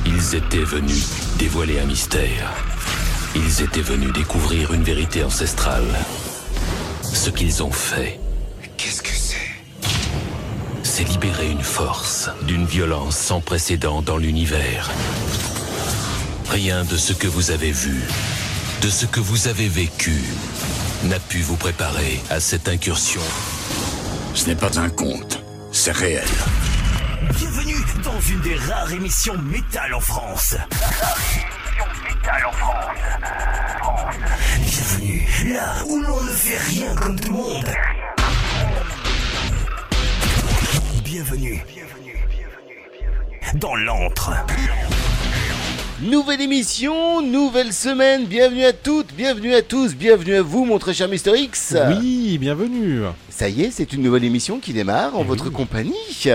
Ils étaient venus dévoiler un mystère. Ils étaient venus découvrir une vérité ancestrale. Ce qu'ils ont fait... Qu'est-ce que c'est ? C'est libérer une force d'une violence sans précédent dans l'univers. Rien de ce que vous avez vu, de ce que vous avez vécu, n'a pu vous préparer à cette incursion. Ce n'est pas un conte, c'est réel. Bienvenue dans une des rares émissions métal en France. Bienvenue là où l'on ne fait rien comme tout le monde. Bienvenue dans l'antre. Nouvelle émission, nouvelle semaine, bienvenue à toutes, bienvenue à tous, bienvenue à vous mon très cher Mister X. Oui, bienvenue. Ça y est, c'est une nouvelle émission qui démarre en votre compagnie.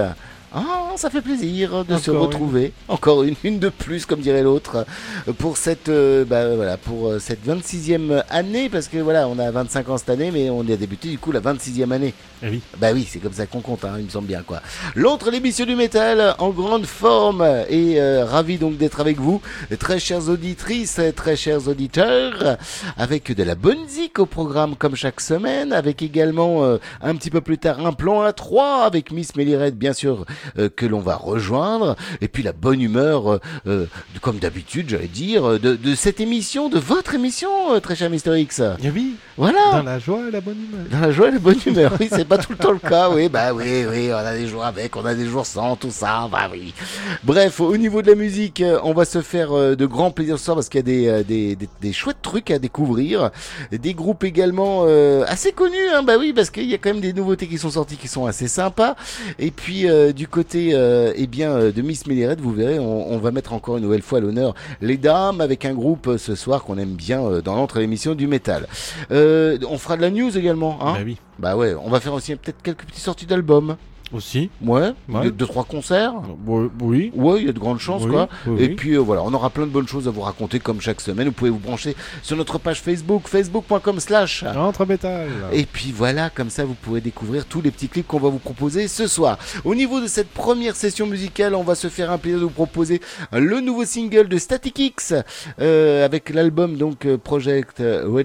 Ah, ça fait plaisir de se retrouver. Encore une de plus, comme dirait l'autre, pour cette, pour cette 26e année, parce que voilà, on a 25 ans cette année, mais on a débuté du coup la 26e année. Eh oui. Bah oui, c'est comme ça qu'on compte, il me semble bien quoi. L'autre, l'émission du métal en grande forme et ravi donc d'être avec vous, très chères auditrices, très chers auditeurs, avec de la bonne zik au programme comme chaque semaine, avec également un petit peu plus tard un plan à 3 avec Miss Mélirette bien sûr que l'on va rejoindre, et puis la bonne humeur comme d'habitude j'allais dire de cette émission, de votre émission très cher Mister X. Eh oui. Voilà. Dans la joie et la bonne humeur. Dans la joie et la bonne humeur, oui, c'est pas tout le temps le cas, oui, on a des jours avec, on a des jours sans, tout ça, bah oui. Bref, au niveau de la musique, on va se faire de grands plaisirs ce soir parce qu'il y a des chouettes trucs à découvrir, des groupes également assez connus, bah oui, parce qu'il y a quand même des nouveautés qui sont sorties qui sont assez sympas, et puis du côté, de Miss Mélirette, vous verrez, on va mettre encore une nouvelle fois à l'honneur les dames avec un groupe ce soir qu'on aime bien dans l'entre l'émission du métal. On fera de la news également, hein. Bah oui. Bah ouais, on va faire aussi peut-être quelques petites sorties d'albums. Aussi. Ouais. 2-3 Ouais. concerts. Oui. Ouais, il y a de grandes chances, Oui, quoi. oui, Et oui. puis voilà, on aura plein de bonnes choses à vous raconter comme chaque semaine. Vous pouvez vous brancher sur notre page Facebook, facebook.com/. Entre métal. Et puis voilà, comme ça vous pouvez découvrir tous les petits clips qu'on va vous proposer ce soir. Au niveau de cette première session musicale, on va se faire un plaisir de vous proposer le nouveau single de Static X avec l'album donc Project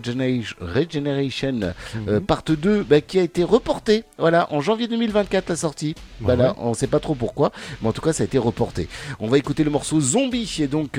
Regeneration part 2 qui a été reporté, voilà, en janvier 2024 la sortie. Voilà, on sait pas trop pourquoi, mais en tout cas ça a été reporté. On va écouter le morceau Zombie et donc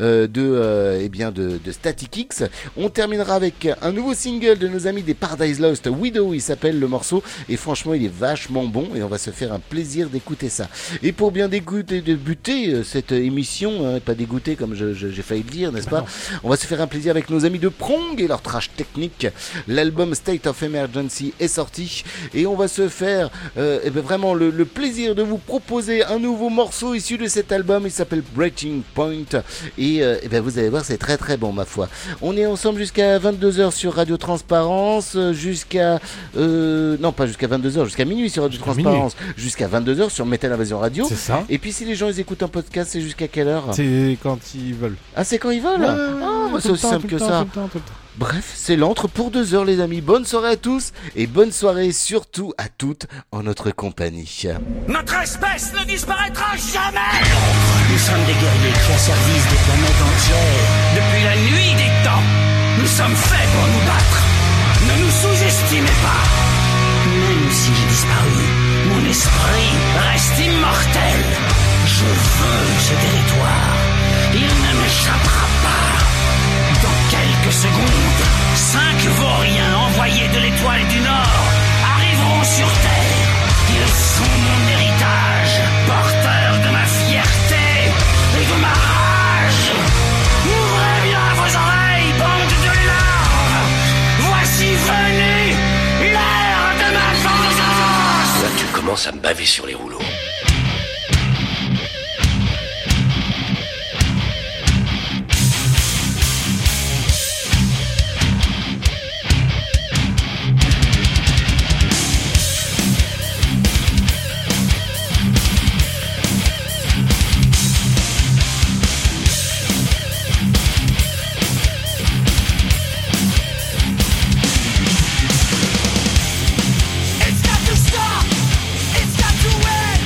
de Static X. On terminera avec un nouveau single de nos amis des Paradise Lost, Widow, il s'appelle le morceau, et franchement il est vachement bon et on va se faire un plaisir d'écouter ça. Et pour bien débuter cette émission, pas dégoûter comme j'ai failli le dire, n'est-ce pas, on va se faire un plaisir avec nos amis de Prong et leur trash technique. L'album State of Emergency est sorti et on va se faire vraiment le plaisir de vous proposer un nouveau morceau issu de cet album. Il s'appelle Breaking Point et vous allez voir, c'est très très bon ma foi. On est ensemble jusqu'à 22h sur Radio Transparence, jusqu'à non pas jusqu'à 22h, jusqu'à minuit sur Radio Transparence, jusqu'à 22h sur Metal Invasion Radio. C'est ça. Et puis si les gens ils écoutent un podcast, c'est jusqu'à quelle heure? C'est quand ils veulent. Ah, c'est quand ils veulent. C'est aussi simple que ça. Tout le temps. Bref, c'est l'antre pour 2 heures les amis. Bonne soirée à tous et bonne soirée surtout à toutes en notre compagnie. Notre espèce ne disparaîtra jamais. Nous sommes des guerriers qui au service des planètes entières. Depuis la nuit des temps, nous sommes faits pour nous battre. Ne nous sous-estimez pas. Même si j'ai disparu, Mon esprit reste immortel. je veux ce territoire. Il ne m'échappera pas. Dans quelques secondes, 5 vauriens envoyés de l'étoile du Nord arriveront sur Terre. Ils sont mon héritage, porteurs de ma fierté et de ma rage. Ouvrez bien vos oreilles, bande de larves. Voici venue l'heure de ma vengeance. Là, tu commences à me baver sur les rouleaux. It's got to stop. It's got to end.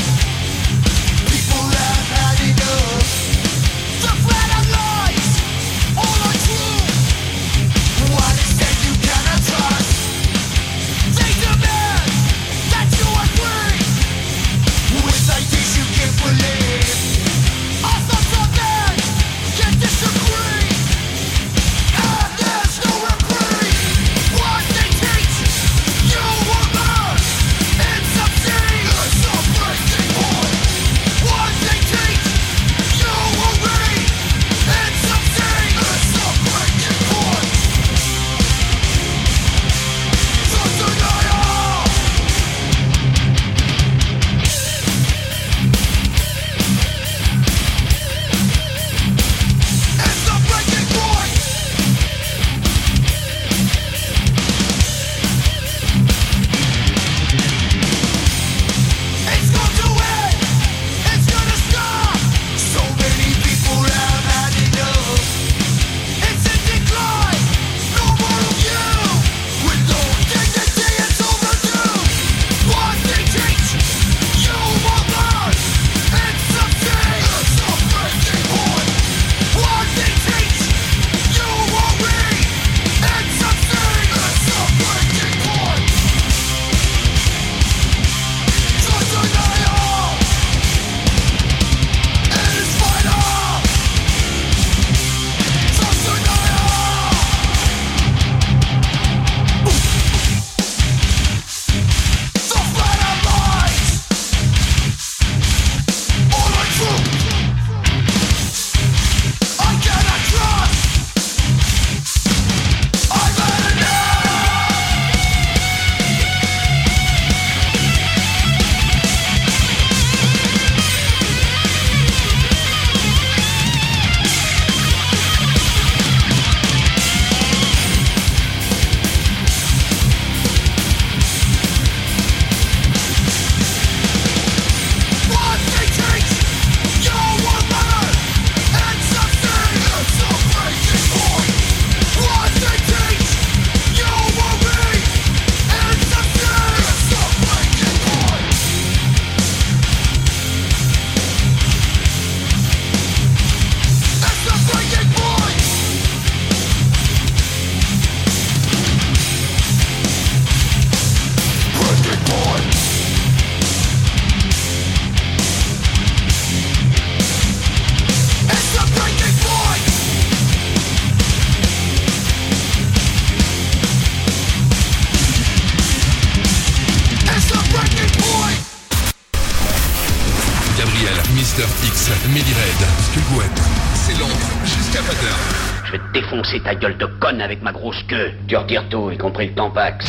Skullgwen, c'est Londres, jusqu'à pas d'heure. Je vais te défoncer ta gueule de conne avec ma grosse queue. Tu retires tout, y compris le tampax.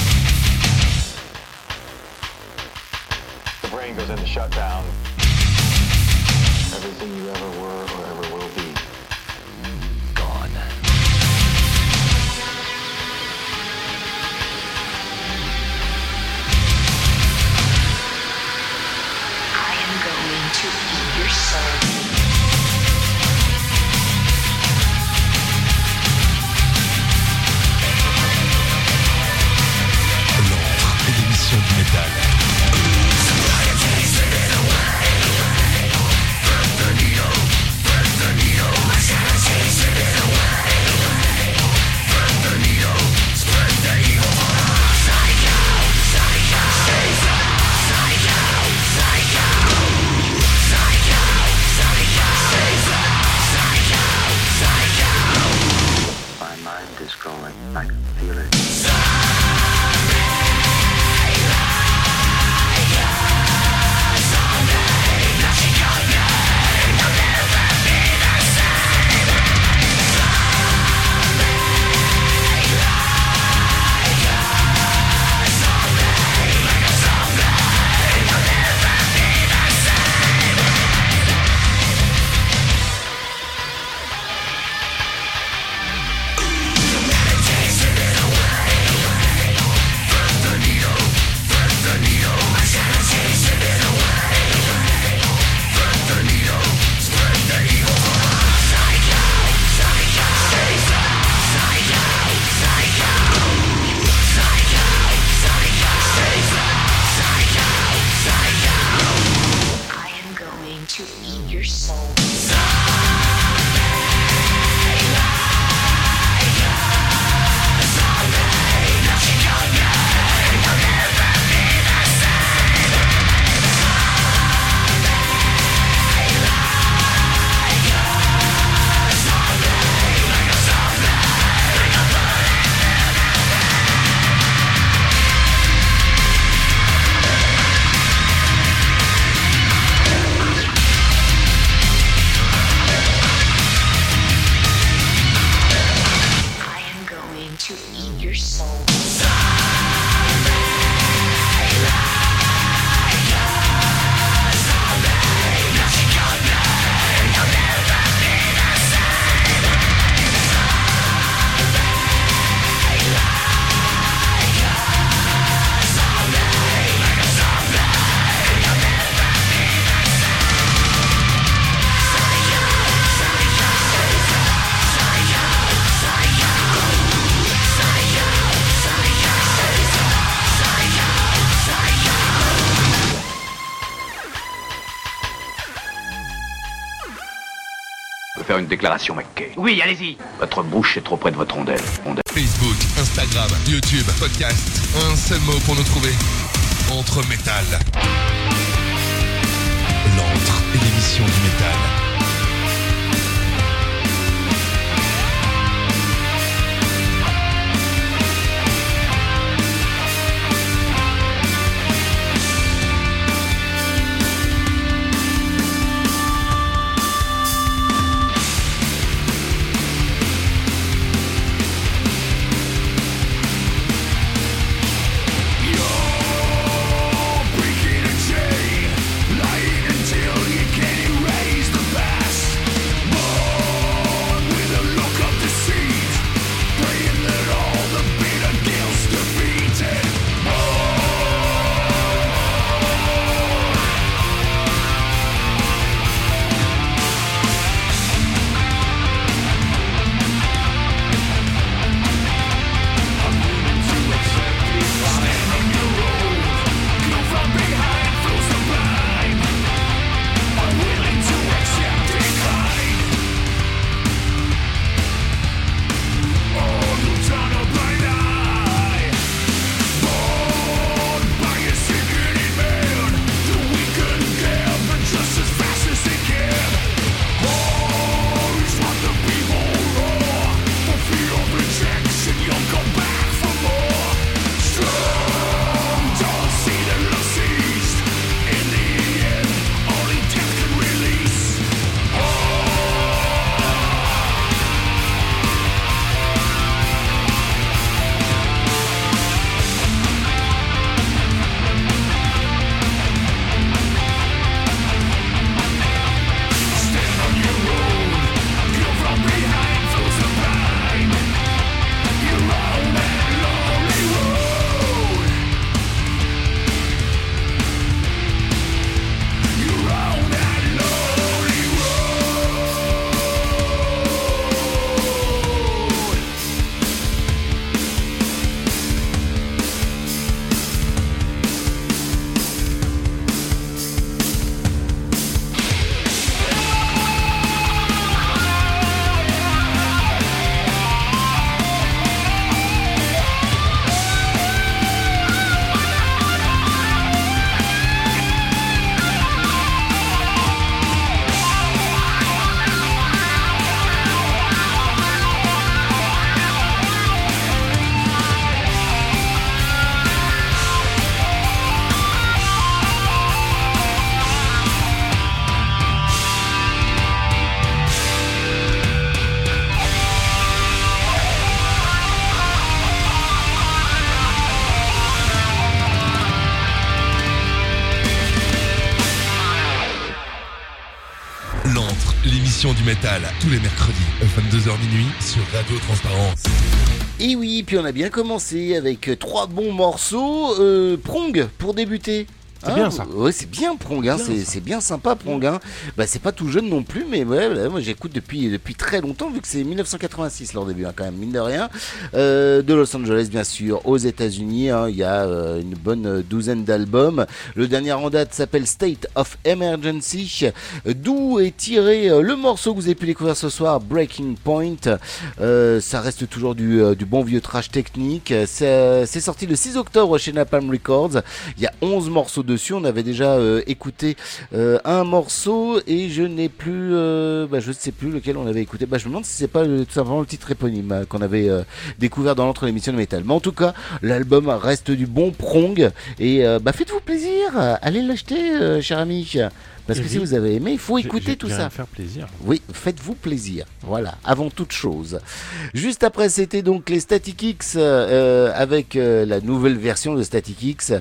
The brain goes into shutdown. Everything you ever were or ever will be. Gone. I am going to eat your soul. L'émission du métal. My mind is going. I can feel it. I am going to eat your soul. I am going to eat your soul. Je peux faire une déclaration, McKay. Oui, allez-y. Votre bouche est trop près de votre rondelle. Facebook, Instagram, YouTube, podcast. Un seul mot pour nous trouver. Entre métal. L'antre et l'émission du métal. Breaking a chain, lying until you can't erase the Centre, l'émission du métal, tous les mercredis, 22h minuit, sur Radio Transparence. Et oui, puis on a bien commencé avec 3 bons morceaux. Prong pour débuter. C'est bien ça. Ouais, c'est bien Prong, hein. C'est bien sympa Prong. Hein. Bah, c'est pas tout jeune non plus, mais ouais, moi j'écoute depuis très longtemps, vu que c'est 1986 leur début, hein, quand même, mine de rien. De Los Angeles, bien sûr, aux États-Unis, hein, il y a une bonne douzaine d'albums. Le dernier en date s'appelle State of Emergency, d'où est tiré le morceau que vous avez pu découvrir ce soir, Breaking Point. Ça reste toujours du bon vieux trash technique. C'est sorti le 6 octobre chez Napalm Records. Il y a 11 morceaux dessus. On avait déjà écouté un morceau et je n'ai plus je ne sais plus lequel on avait écouté. Je me demande si c'est pas tout simplement le titre éponyme qu'on avait découvert dans l'autre émission de métal. Mais en tout cas, l'album reste du bon Prong et faites-vous plaisir, allez l'acheter, cher ami. Parce que si vous avez aimé, il faut écouter tout ça. Faire plaisir. Oui, faites-vous plaisir. Voilà, avant toute chose. Juste après, c'était donc les Static X avec la nouvelle version de Static X,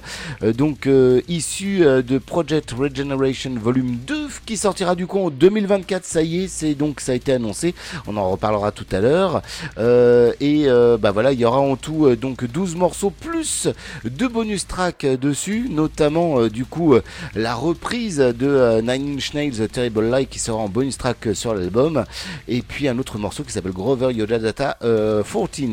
issue de Project Regeneration Volume 2, qui sortira du coup en 2024. Ça y est, ça a été annoncé. On en reparlera tout à l'heure. Il y aura en tout 12 morceaux plus 2 bonus tracks dessus, notamment la reprise de Nine Inch Nails Terrible Lie qui sera en bonus track sur l'album, et puis un autre morceau qui s'appelle Grover Yoda Data 14.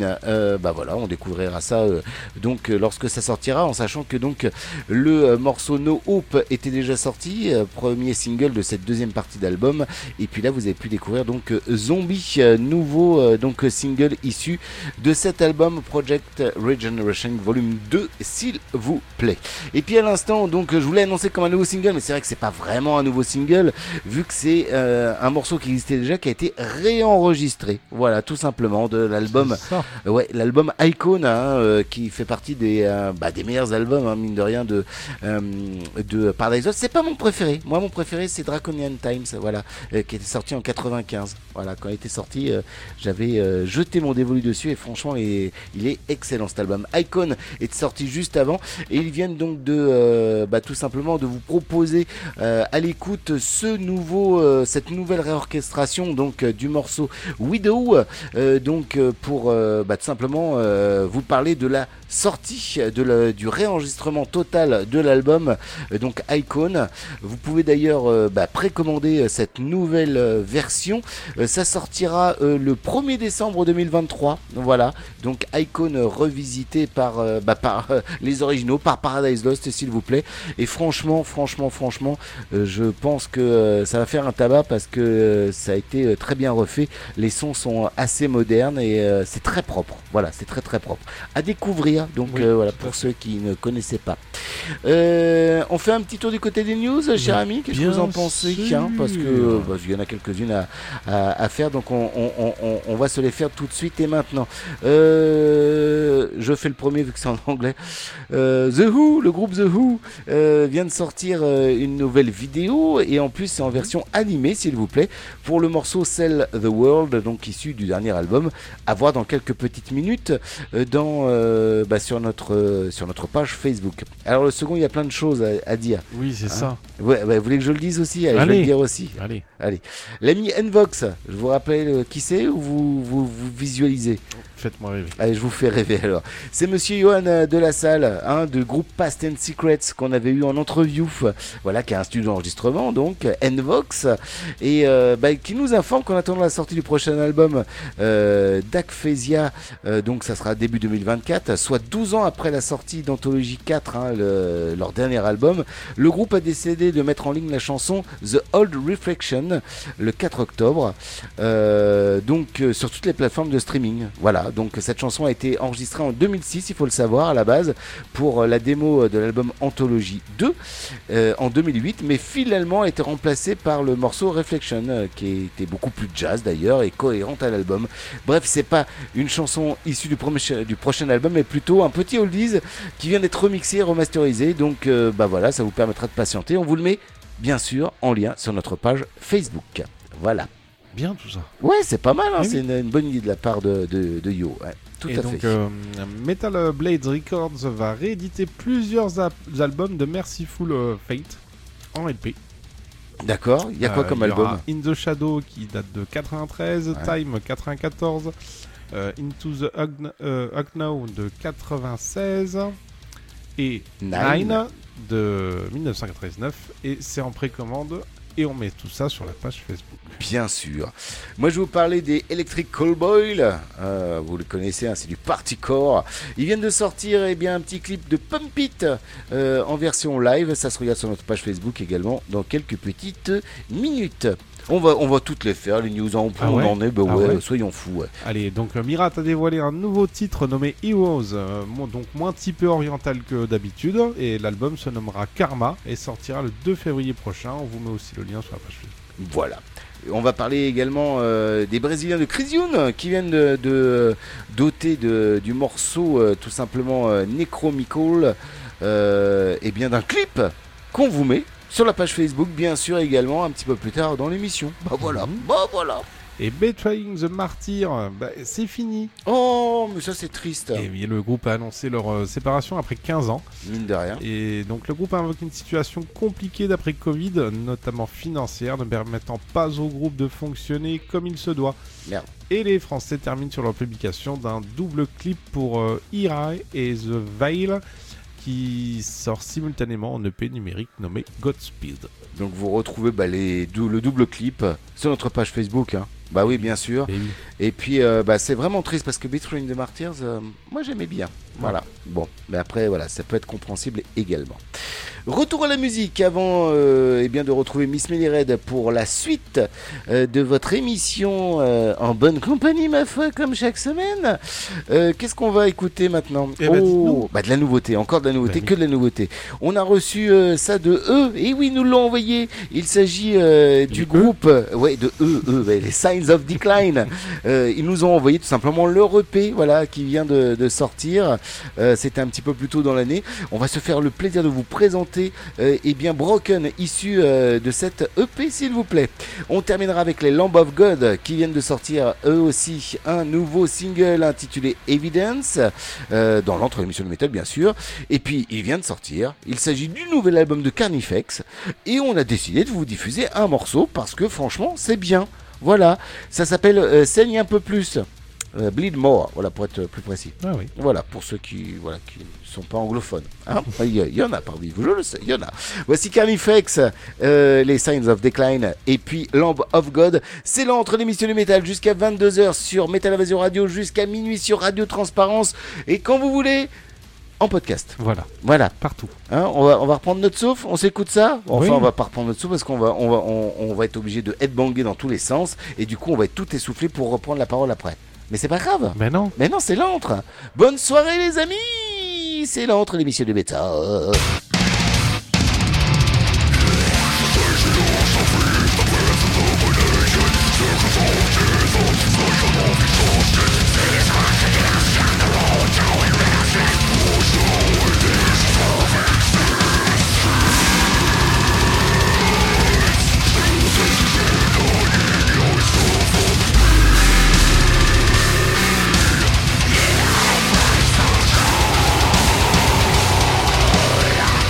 On découvrira ça lorsque ça sortira, en sachant que le morceau No Hope était déjà sorti, premier single de cette deuxième partie d'album, et puis là vous avez pu découvrir Zombie, nouveau single issu de cet album Project Regeneration Volume 2, s'il vous plaît. Et puis à l'instant, je voulais annoncer comme un nouveau single, mais c'est vrai que c'est pas vraiment un nouveau single, vu que c'est un morceau qui existait déjà, qui a été réenregistré, voilà, tout simplement, de l'album l'album Icon, qui fait partie des meilleurs albums, hein, mine de rien, de Paradise Lost. C'est pas mon préféré, moi mon préféré c'est Draconian Times, voilà, qui était sorti en 95, voilà, quand il était sorti, j'avais jeté mon dévolu dessus, et franchement il est excellent cet album. Icon est sorti juste avant, et ils viennent donc tout simplement de vous proposer à l'écoute cette nouvelle réorchestration du morceau Widow, pour tout simplement vous parler de la sortie du réenregistrement total de l'album Icon. Vous pouvez d'ailleurs précommander cette nouvelle version. Ça sortira le 1er décembre 2023. Voilà, Icon revisité par les originaux, par Paradise Lost, s'il vous plaît. Et franchement, je pense que ça va faire un tabac, parce que ça a été très bien refait. Les sons sont assez modernes et c'est très propre. Voilà, c'est très très propre à découvrir. Pour ceux qui ne connaissaient pas. On fait un petit tour du côté des news, cher ami. Qu'est-ce que vous en pensez, parce que il y en a quelques-unes à faire, donc on va se les faire tout de suite et maintenant. Je fais le premier vu que c'est en anglais. The Who, le groupe The Who, vient de sortir une nouvelle vidéo, et en plus c'est en version animée, s'il vous plaît, pour le morceau Sell the World, issu du dernier album, à voir dans quelques petites minutes sur notre page Facebook. Alors le second, il y a plein de choses à dire. Oui, c'est ça. Ouais, vous voulez que je le dise aussi? Allez, je vais le dire aussi. Allez. L'ami Nvox, je vous rappelle qui c'est, ou vous visualisez? Faites-moi rêver. Allez, je vous fais rêver alors. C'est monsieur Johan de la Salle, de groupe Past and Secrets, qu'on avait eu en interview, voilà, qui a un studio d'enregistrement, Nvox, et qui nous informe qu'en attendant la sortie du prochain album d'Akphasia, ça sera début 2024, soit 12 ans après la sortie d'Anthologie 4, leur dernier album, le groupe a décidé de mettre en ligne la chanson The Old Reflection le 4 octobre, sur toutes les plateformes de streaming. Voilà, cette chanson a été enregistrée en 2006, il faut le savoir, à la base, pour la démo de l'album Anthologie 2 en 2008, mais finalement a été remplacée par le morceau Reflection, qui était beaucoup plus jazz d'ailleurs et cohérente à l'album. Bref, c'est pas une chanson issue du prochain album, mais plutôt un petit oldies qui vient d'être remixé et remasterisé. Voilà, ça vous permettra de patienter. On vous le met bien sûr en lien sur notre page Facebook. Voilà. Bien tout ça. Ouais, c'est pas mal, hein. Oui. C'est une bonne idée de la part de Yo. Ouais, tout à fait. Metal Blade Records va rééditer plusieurs albums de Merciful Fate en LP. D'accord. Il y a quoi comme Il y album? aura In the Shadow qui date de 93, Time 94, Into the Unknown de 96 et Nine de 1999. Et c'est en précommande et on met tout ça sur la page Facebook. Bien sûr. Moi, je vais vous parler des Electric Callboy. Vous le connaissez, hein, c'est du partycore. Ils viennent de sortir un petit clip de Pump It en version live. Ça se regarde sur notre page Facebook également dans quelques petites minutes. On va toutes les faire, les news en on en est, soyons fous. Ouais. Allez, donc Mirat a dévoilé un nouveau titre nommé Heroes, donc moins typé oriental que d'habitude, et l'album se nommera Karma et sortira le 2 février prochain. On vous met aussi le lien sur la page Facebook. Voilà. On va parler également des Brésiliens de Crisium qui viennent de doter du morceau tout simplement Necromical et bien d'un clip qu'on vous met sur la page Facebook, bien sûr, également un petit peu plus tard dans l'émission. Bah voilà. Et Betraying the Martyr, c'est fini. Oh, mais ça c'est triste. Et le groupe a annoncé leur séparation après 15 ans. Mine de rien. Et donc le groupe a invoqué une situation compliquée d'après Covid, notamment financière, ne permettant pas au groupe de fonctionner comme il se doit. Merde. Et les Français terminent sur leur publication d'un double clip pour Ira et The Veil, qui sort simultanément en EP numérique nommé Godspeed. Donc vous retrouvez le double clip sur notre page Facebook. Hein. Bah oui, bien sûr. Et puis c'est vraiment triste parce que Betraying the Martyrs, moi j'aimais bien. Voilà. Bon, mais après voilà, ça peut être compréhensible également. Retour à la musique avant de retrouver Miss Melly Red pour la suite de votre émission en bonne compagnie, ma foi, comme chaque semaine. Qu'est-ce qu'on va écouter maintenant? De la nouveauté, encore de la nouveauté, que de la nouveauté. On a reçu ça de eux, et oui, nous l'ont envoyé. Il s'agit du groupe, les Signs of Decline. Ils nous ont envoyé tout simplement leur EP, voilà, qui vient de sortir. C'était un petit peu plus tôt dans l'année. On va se faire le plaisir de vous présenter Broken, issu de cette EP, s'il vous plaît. On terminera avec les Lamb of God qui viennent de sortir eux aussi un nouveau single intitulé Evidence dans l'entre l'émission de métal, bien sûr. Et puis il vient de sortir, il s'agit du nouvel album de Carnifex et on a décidé de vous diffuser un morceau parce que franchement c'est bien. Voilà, ça s'appelle Saigne un peu plus. Bleed More, voilà, pour être plus précis. Ah oui. Voilà, pour ceux qui ne sont pas anglophones. Hein, il y en a parmi vous, je le sais, il y en a. Voici Carnifex, les Signs of Decline, et puis Lamb of God. C'est là entre l'émission du métal jusqu'à 22h sur Metal Invasion Radio, jusqu'à minuit sur Radio Transparence, et quand vous voulez, en podcast. Voilà. Partout. Hein, on va reprendre notre souffle, on s'écoute ça. Enfin, oui. On va pas reprendre notre souffle parce qu'on va être obligé de headbanger dans tous les sens, et du coup, on va être tout essoufflé pour reprendre la parole après. Mais c'est pas grave. Mais non, c'est l'antre. Bonne soirée les amis. C'est l'antre, l'émission de métal. Yeah.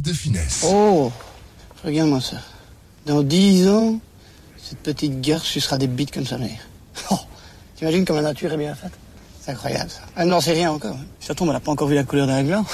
de finesse. Oh, regarde-moi ça. Dans 10 ans, cette petite garce sucera des bites comme sa mère. Oh, t'imagines comme la nature est bien faite? C'est incroyable, ça. Elle n'en sait rien encore. Si ça tombe, elle n'a pas encore vu la couleur d'un gland.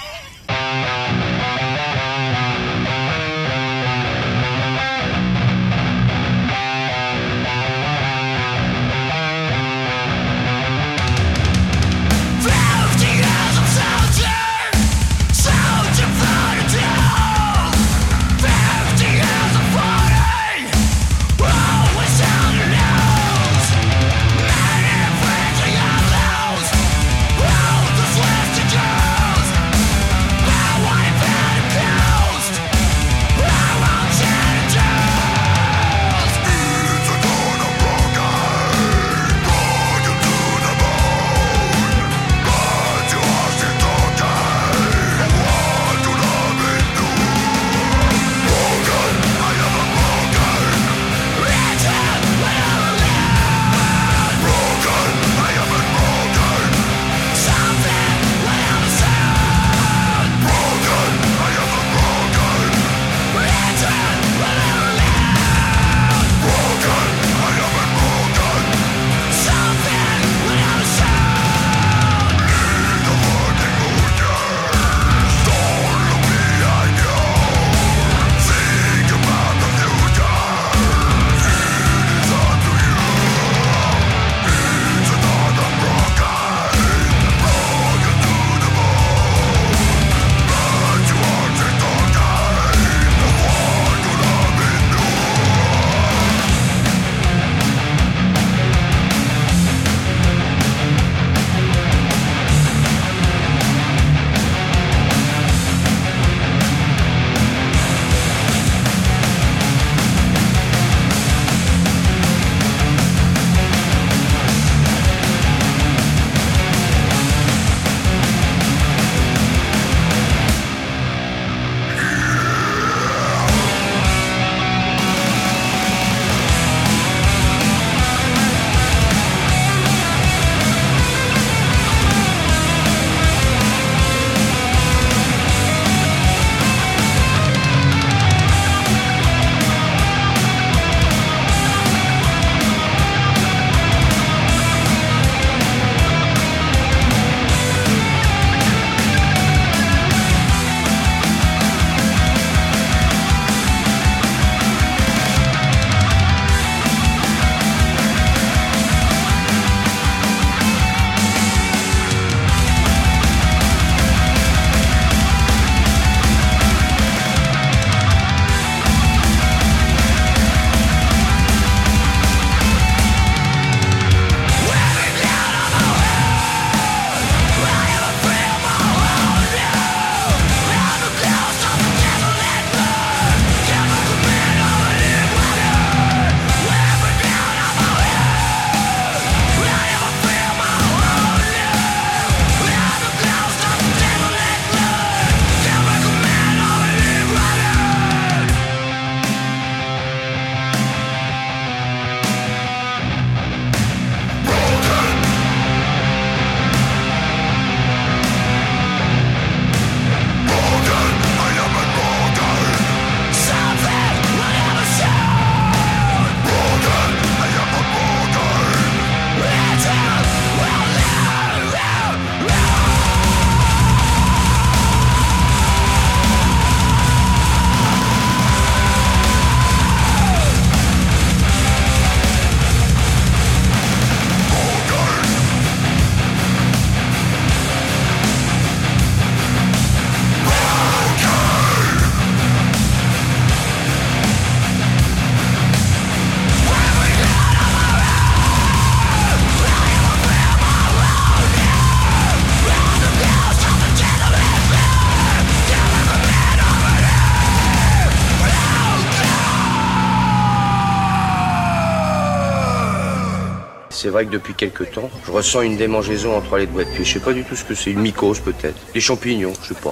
C'est vrai que depuis quelques temps, je ressens une démangeaison entre les doigts de pied. Je sais pas du tout ce que c'est, une mycose peut-être. Les champignons, je sais pas.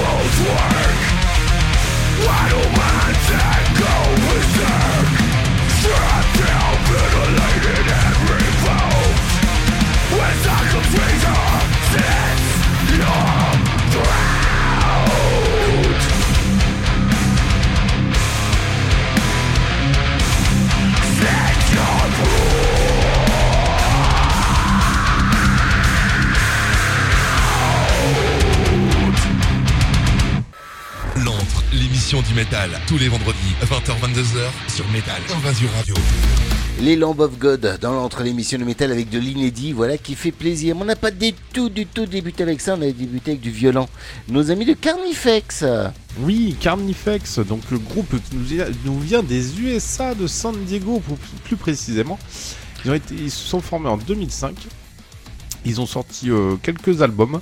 L'émission du métal, tous les vendredis, 20h-22h, sur Métal Invasion Radio. Les Lamb of God dans l'entre l'émission de métal avec de l'inédit, voilà, qui fait plaisir. Mais on n'a pas du tout débuté avec ça, on a débuté avec du violent. Nos amis de Carnifex. Oui, Carnifex, donc le groupe qui nous vient des USA de San Diego, plus précisément. Ils se sont formés en 2005. Ils ont sorti quelques albums.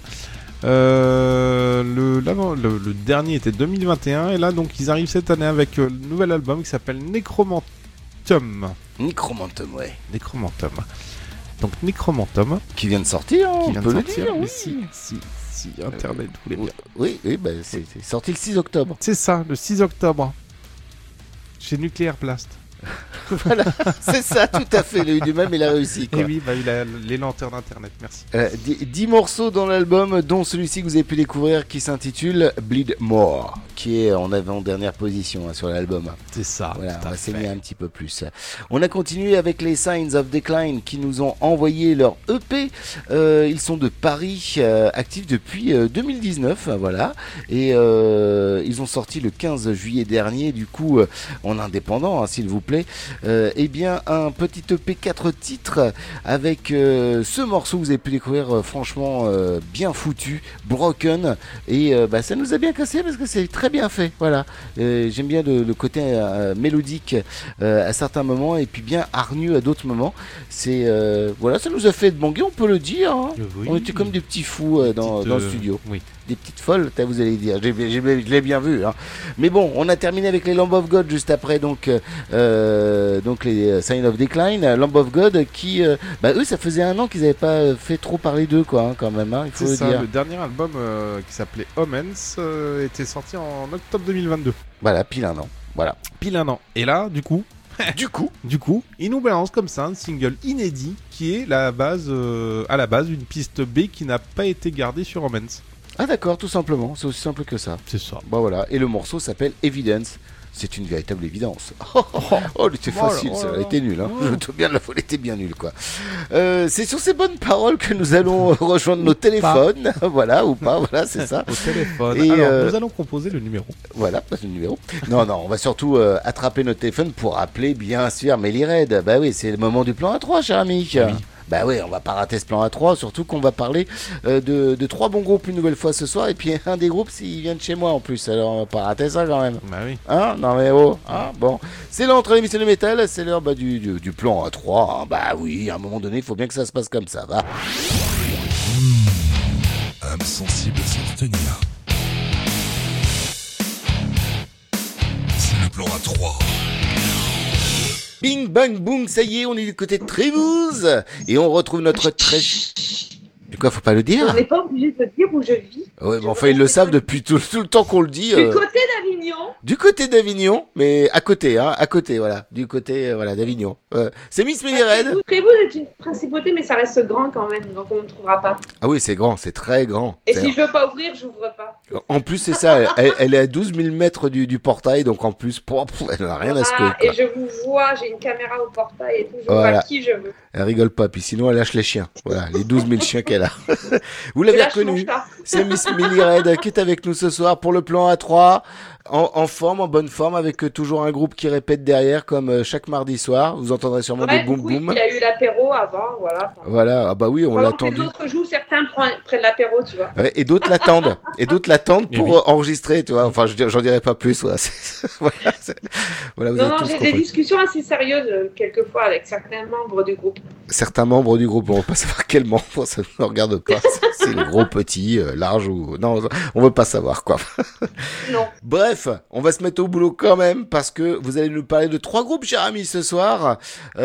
Le dernier était 2021 et là donc ils arrivent cette année avec le nouvel album qui s'appelle Necromantum. Necromantum, ouais. Necromantum. Donc Necromantum qui vient de sortir, on peut le dire. Oui. Si Internet voulait bien. Oui, bah, c'est sorti le 6 octobre. C'est ça, le 6 octobre. Chez Nuclear Blast. Voilà, c'est ça, tout à fait. Il a eu du même, il a réussi. Quoi. Et oui, bah, il a les lanternes internet, merci. 10 morceaux dans l'album, dont celui-ci que vous avez pu découvrir qui s'intitule Bleed More, qui est en avant-dernière position sur l'album. C'est ça. Voilà, on va saigner un petit peu plus. On a continué avec les Signs of Decline qui nous ont envoyé leur EP. Ils sont de Paris, actifs depuis 2019, voilà. Et ils ont sorti le 15 juillet dernier, du coup, en indépendant, s'il vous plaît. Eh bien, un petit EP 4 titres avec ce morceau que vous avez pu découvrir, franchement bien foutu, Broken, et ça nous a bien cassé parce que c'est très bien fait, voilà. J'aime bien le côté mélodique à certains moments et puis bien hargneux à d'autres moments. C'est voilà, ça nous a fait de bon guet, on peut le dire, hein. Oui. On était comme des petits fous dans le studio. Oui. Des petites folles, vous allez dire, je l'ai bien vu, hein. Mais bon, on a terminé avec les Lamb of God juste après, donc les Sign of Decline, Lamb of God qui, eux, ça faisait un an qu'ils n'avaient pas fait trop parler d'eux, quoi, hein, quand même, hein, il faut le dire. Le dernier album qui s'appelait Omens était sorti en octobre 2022. Voilà, pile un an. Voilà. Pile un an. Et là, du coup, il nous balance comme ça un single inédit qui est à la base une piste B qui n'a pas été gardée sur Omens. Ah d'accord, tout simplement, c'est aussi simple que ça. C'est ça. Bah voilà, et le morceau s'appelle Evidence. C'est une véritable évidence. Elle était facile, ça, elle était nulle. Hein. Je me souviens bien de la fois, elle était bien nulle, quoi. C'est sur ces bonnes paroles que nous allons rejoindre nos téléphones. Voilà, ou pas, voilà, c'est ça. Au téléphone. Et alors, nous allons composer le numéro. Voilà, le numéro. Non, on va surtout attraper notre téléphone pour appeler, bien sûr, Melly Red. Bah oui, c'est le moment du plan A3, cher ami. Oui. Bah oui, on va pas rater ce plan A3, surtout qu'on va parler de 3 bons groupes une nouvelle fois ce soir, et puis un des groupes s'il vient de chez moi en plus, alors on va pas rater ça quand même. Bah oui. Hein? Non mais oh, hein? Bon. C'est l'heure entre l'émission de métal, c'est l'heure du plan A3, hein? Bah oui, à un moment donné, il faut bien que ça se passe comme ça, va. Âme sensible à s'abstenir. C'est le plan A3. Bing bang boom, ça y est, on est du côté de Trévouze et on retrouve notre très... Du quoi, faut pas le dire? On n'est pas obligé de dire où je vis. Ouais, mais enfin, ils le savent depuis tout le temps qu'on le dit. Du côté d'Avignon. Du côté d'Avignon, mais à côté, voilà. Du côté, d'Avignon. C'est Miss Melly Red. Trévouze est une principauté, mais ça reste grand quand même, donc on ne trouvera pas. Ah oui, c'est grand, c'est très grand. Et si je veux pas ouvrir, j'ouvre pas. En plus, c'est ça, elle est à 12 000 mètres du portail, donc en plus, elle n'a rien à se coller. Et je vous vois, j'ai une caméra au portail et tout, je vois qui je veux. Elle rigole pas, puis sinon elle lâche les chiens. Voilà, les 12 000 chiens qu'elle a. Vous l'avez reconnu, c'est Miss Melly Red qui est avec nous ce soir pour le plan A3. En bonne forme, avec toujours un groupe qui répète derrière, comme chaque mardi soir. Vous entendrez sûrement des boum boum. Il y a eu l'apéro avant, voilà. Voilà, ah bah oui, on l'a attendu. Les autres jouent, certains prennent l'apéro, tu vois. Ouais, et d'autres l'attendent. Pour enregistrer, tu vois. Enfin, j'en dirai pas plus. Voilà, non, j'ai des discussions assez sérieuses quelquefois avec certains membres du groupe. Certains membres du groupe, on va pas savoir quel membre, ça ne regarde pas. C'est le gros, petit, large ou non, on veut pas savoir quoi. Non. Bref. Bref, on va se mettre au boulot quand même parce que vous allez nous parler de 3 groupes, cher ami, ce soir. Mais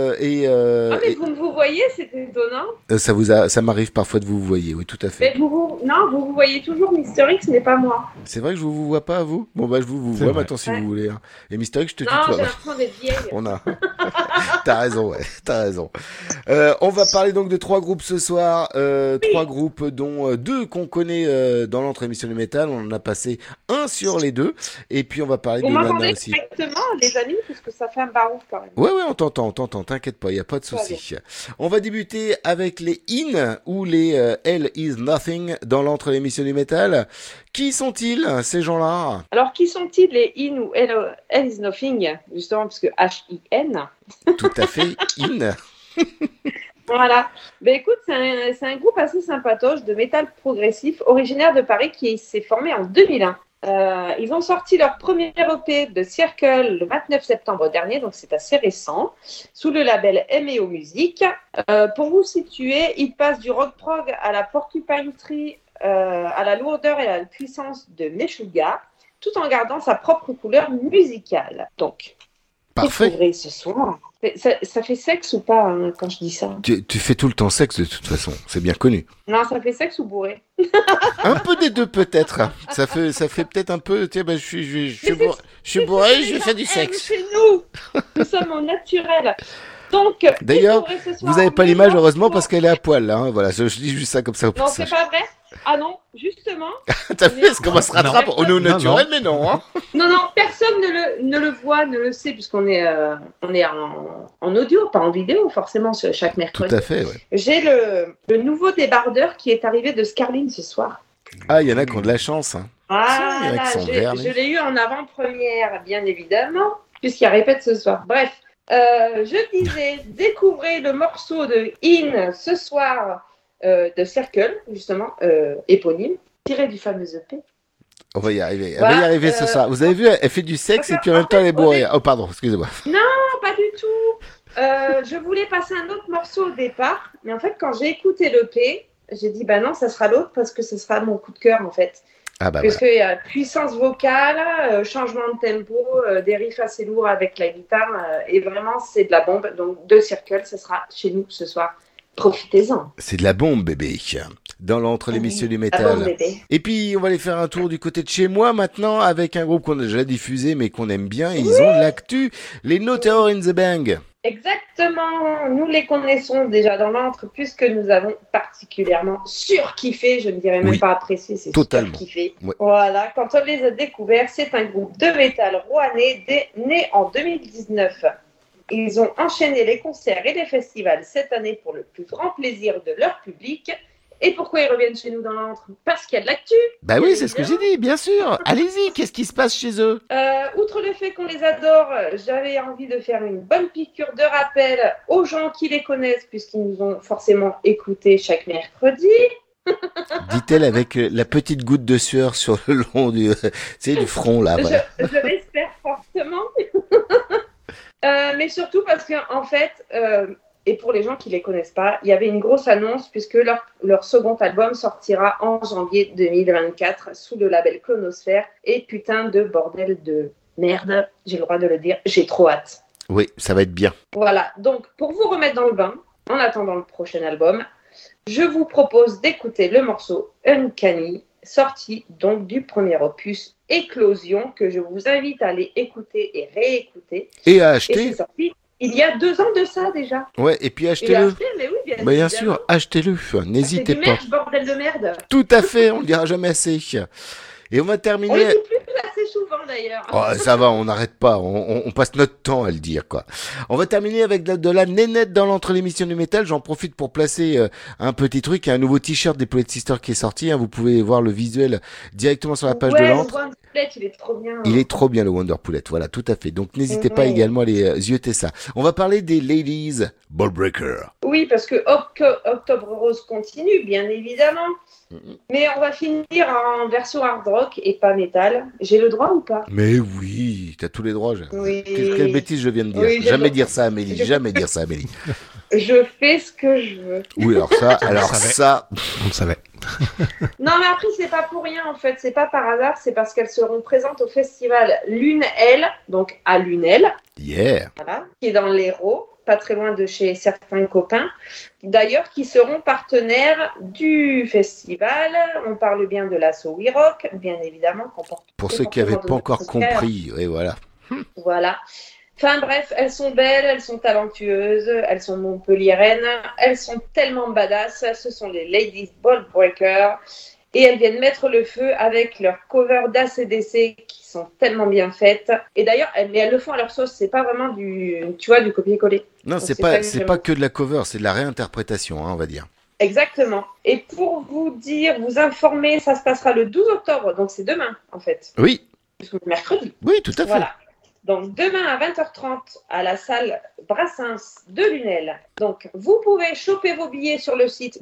vous me voyez, c'est étonnant. Ça m'arrive parfois de vous voyer, oui, tout à fait. Mais vous voyez toujours Mister X, ce n'est pas moi. C'est vrai que je vous vois pas, vous? Bon, bah, je vous vois maintenant si vous voulez. Hein. Et Mister X, je te tutoie. Non, j'ai l'impression d'être vieille. T'as raison, ouais, t'as raison. On va parler donc de 3 groupes ce soir. 3 groupes dont 2 qu'on connaît dans l'autre émission du métal. On en a passé un sur les 2. Et puis on va parler de Lana aussi. Correctement, les amis, parce que ça fait un barouf quand même. Ouais, on t'entend, t'inquiète pas, y a pas de souci. On va débuter avec les In ou les Hell is Nothing dans l'entre l'émission du métal. Qui sont-ils, ces gens-là? Alors, qui sont-ils, les In ou Hell is Nothing, justement, parce que H-I-N. Tout à fait, In. Voilà. Ben écoute, c'est un groupe assez sympatoche de métal progressif, originaire de Paris, qui s'est formé en 2001. Ils ont sorti leur premier EP de Circle le 29 septembre dernier, donc c'est assez récent, sous le label M&O Music. Pour vous situer, ils passent du rock prog à la Porcupine Tree, à la lourdeur et à la puissance de Meshuggah, tout en gardant sa propre couleur musicale. Donc, découvrez ce soir. Ça fait sexe ou pas hein, quand je dis ça? Tu fais tout le temps sexe de toute façon, c'est bien connu. Non, ça fait sexe ou bourré? Un peu des deux peut-être. Ça fait peut-être un peu. Tiens, je suis bourré, je fais du sexe. Chez nous sommes au naturel. Donc, d'ailleurs, vous n'avez pas l'image heureusement parce qu'elle est à poil là. Hein. Voilà, je dis juste ça comme ça. Non, c'est pas vrai. Ah non, justement. T'as vu, comment se rattrape? On est au naturel, mais non. Hein. Non, personne ne le voit, ne le sait, puisqu'on est, en audio, pas en vidéo, forcément, chaque mercredi. Tout à fait, ouais. J'ai le nouveau débardeur qui est arrivé de Scarline ce soir. Ah, il y en a qui ont de la chance. Hein. Voilà, je l'ai eu en avant-première, bien évidemment, puisqu'il y a répète ce soir. Bref, je disais, découvrez le morceau de In ce soir. De Circle, justement, éponyme, tiré du fameux EP. On va y arriver. Elle va y arriver ce soir. Vous avez vu, elle fait du sexe et puis en même temps elle est bourrée. Oh pardon, excusez-moi. Non, pas du tout. Je voulais passer un autre morceau au départ, mais en fait quand j'ai écouté l'EP, j'ai dit bah non, ça sera l'autre parce que ce sera mon coup de cœur en fait. Ah bah parce qu'il y a puissance vocale, changement de tempo, des riffs assez lourds avec la guitare, et vraiment c'est de la bombe. Donc de Circle, ce sera chez nous ce soir. Profitez-en. C'est de la bombe, bébé. Dans l'entre l'émission du métal. Et puis, on va aller faire un tour du côté de chez moi maintenant avec un groupe qu'on a déjà diffusé mais qu'on aime bien. Et ils ont de l'actu. Les No Terror in the Bang. Exactement. Nous les connaissons déjà dans l'entre puisque nous avons particulièrement surkiffé. Je ne dirais même pas apprécié, c'est surkiffé. Ouais. Voilà. Quand on les a découverts, c'est un groupe de métal rouennais né en 2019. Ils ont enchaîné les concerts et les festivals cette année pour le plus grand plaisir de leur public. Et pourquoi ils reviennent chez nous dans l'antre? Parce qu'il y a de l'actu. Bah oui, c'est ce que j'ai dit, bien sûr. Allez-y, qu'est-ce qui se passe chez eux? Outre le fait qu'on les adore, j'avais envie de faire une bonne piqûre de rappel aux gens qui les connaissent, puisqu'ils nous ont forcément écoutés chaque mercredi. Dit-elle avec la petite goutte de sueur sur le long du front, là. Voilà. Je l'espère fortement. Mais surtout parce qu'en fait, et pour les gens qui ne les connaissent pas, il y avait une grosse annonce puisque leur second album sortira en janvier 2024 sous le label Clonosphère. Et putain de bordel de merde, j'ai le droit de le dire, j'ai trop hâte. Oui, ça va être bien. Voilà, donc pour vous remettre dans le bain, en attendant le prochain album, je vous propose d'écouter le morceau Uncanny, sorti donc du premier opus Éclosion, que je vous invite à aller écouter et réécouter. Et à acheter. Et c'est sorti il y a 2 ans de ça déjà. Ouais, et puis achetez-le. Mais oui, bien sûr, achetez-le, n'hésitez pas. C'est du bordel de merde. Tout à fait, on le dira jamais assez. Et on va terminer. On le dit plus assez souvent d'ailleurs. Oh, ça va, on n'arrête pas, on passe notre temps à le dire, quoi. On va terminer avec de la nénette dans l'entre l'émission du métal. J'en profite pour placer un petit truc, un nouveau t-shirt des Poulet Sisters qui est sorti. Hein. Vous pouvez voir le visuel directement sur la page de l'entre. Il est trop bien. Il est trop bien le Wonder Poulet, voilà, tout à fait. Donc n'hésitez pas également à aller zioter ça. On va parler des Ladies Ballbreaker. Oui, parce que Octobre Rose continue, bien évidemment. Mais on va finir en version hard rock et pas métal. J'ai le droit ou pas? Mais oui, t'as tous les droits. Oui. Quelle bêtise je viens de dire. Oui, jamais dire ça, Amélie. Jamais dire ça, Amélie. Je fais ce que je veux. Oui, alors ça, on le savait. Non, mais après, c'est pas pour rien, en fait. C'est pas par hasard. C'est parce qu'elles seront présentes au festival Lunel, donc à Lunel. Yeah. Voilà, qui est dans l'Hérault, pas très loin de chez certains copains. D'ailleurs, qui seront partenaires du festival. On parle bien de l'assaut We Rock, bien évidemment. Pour ceux qui n'avaient pas encore compris, et voilà. Voilà. Enfin bref, elles sont belles, elles sont talentueuses, elles sont montpelliéraines, elles sont tellement badass, ce sont les Ladies Ball Breakers et elles viennent mettre le feu avec leurs covers d'ACDC qui sont tellement bien faites. Et d'ailleurs, elles le font à leur sauce, c'est pas vraiment du copier-coller. Non, donc c'est pas que de la cover, c'est de la réinterprétation, hein, on va dire. Exactement. Et pour vous informer, ça se passera le 12 octobre, donc c'est demain en fait. Oui. Mercredi. Oui, tout à fait. Voilà. Donc, demain à 20h30 à la salle Brassens de Lunel. Donc, vous pouvez choper vos billets sur le site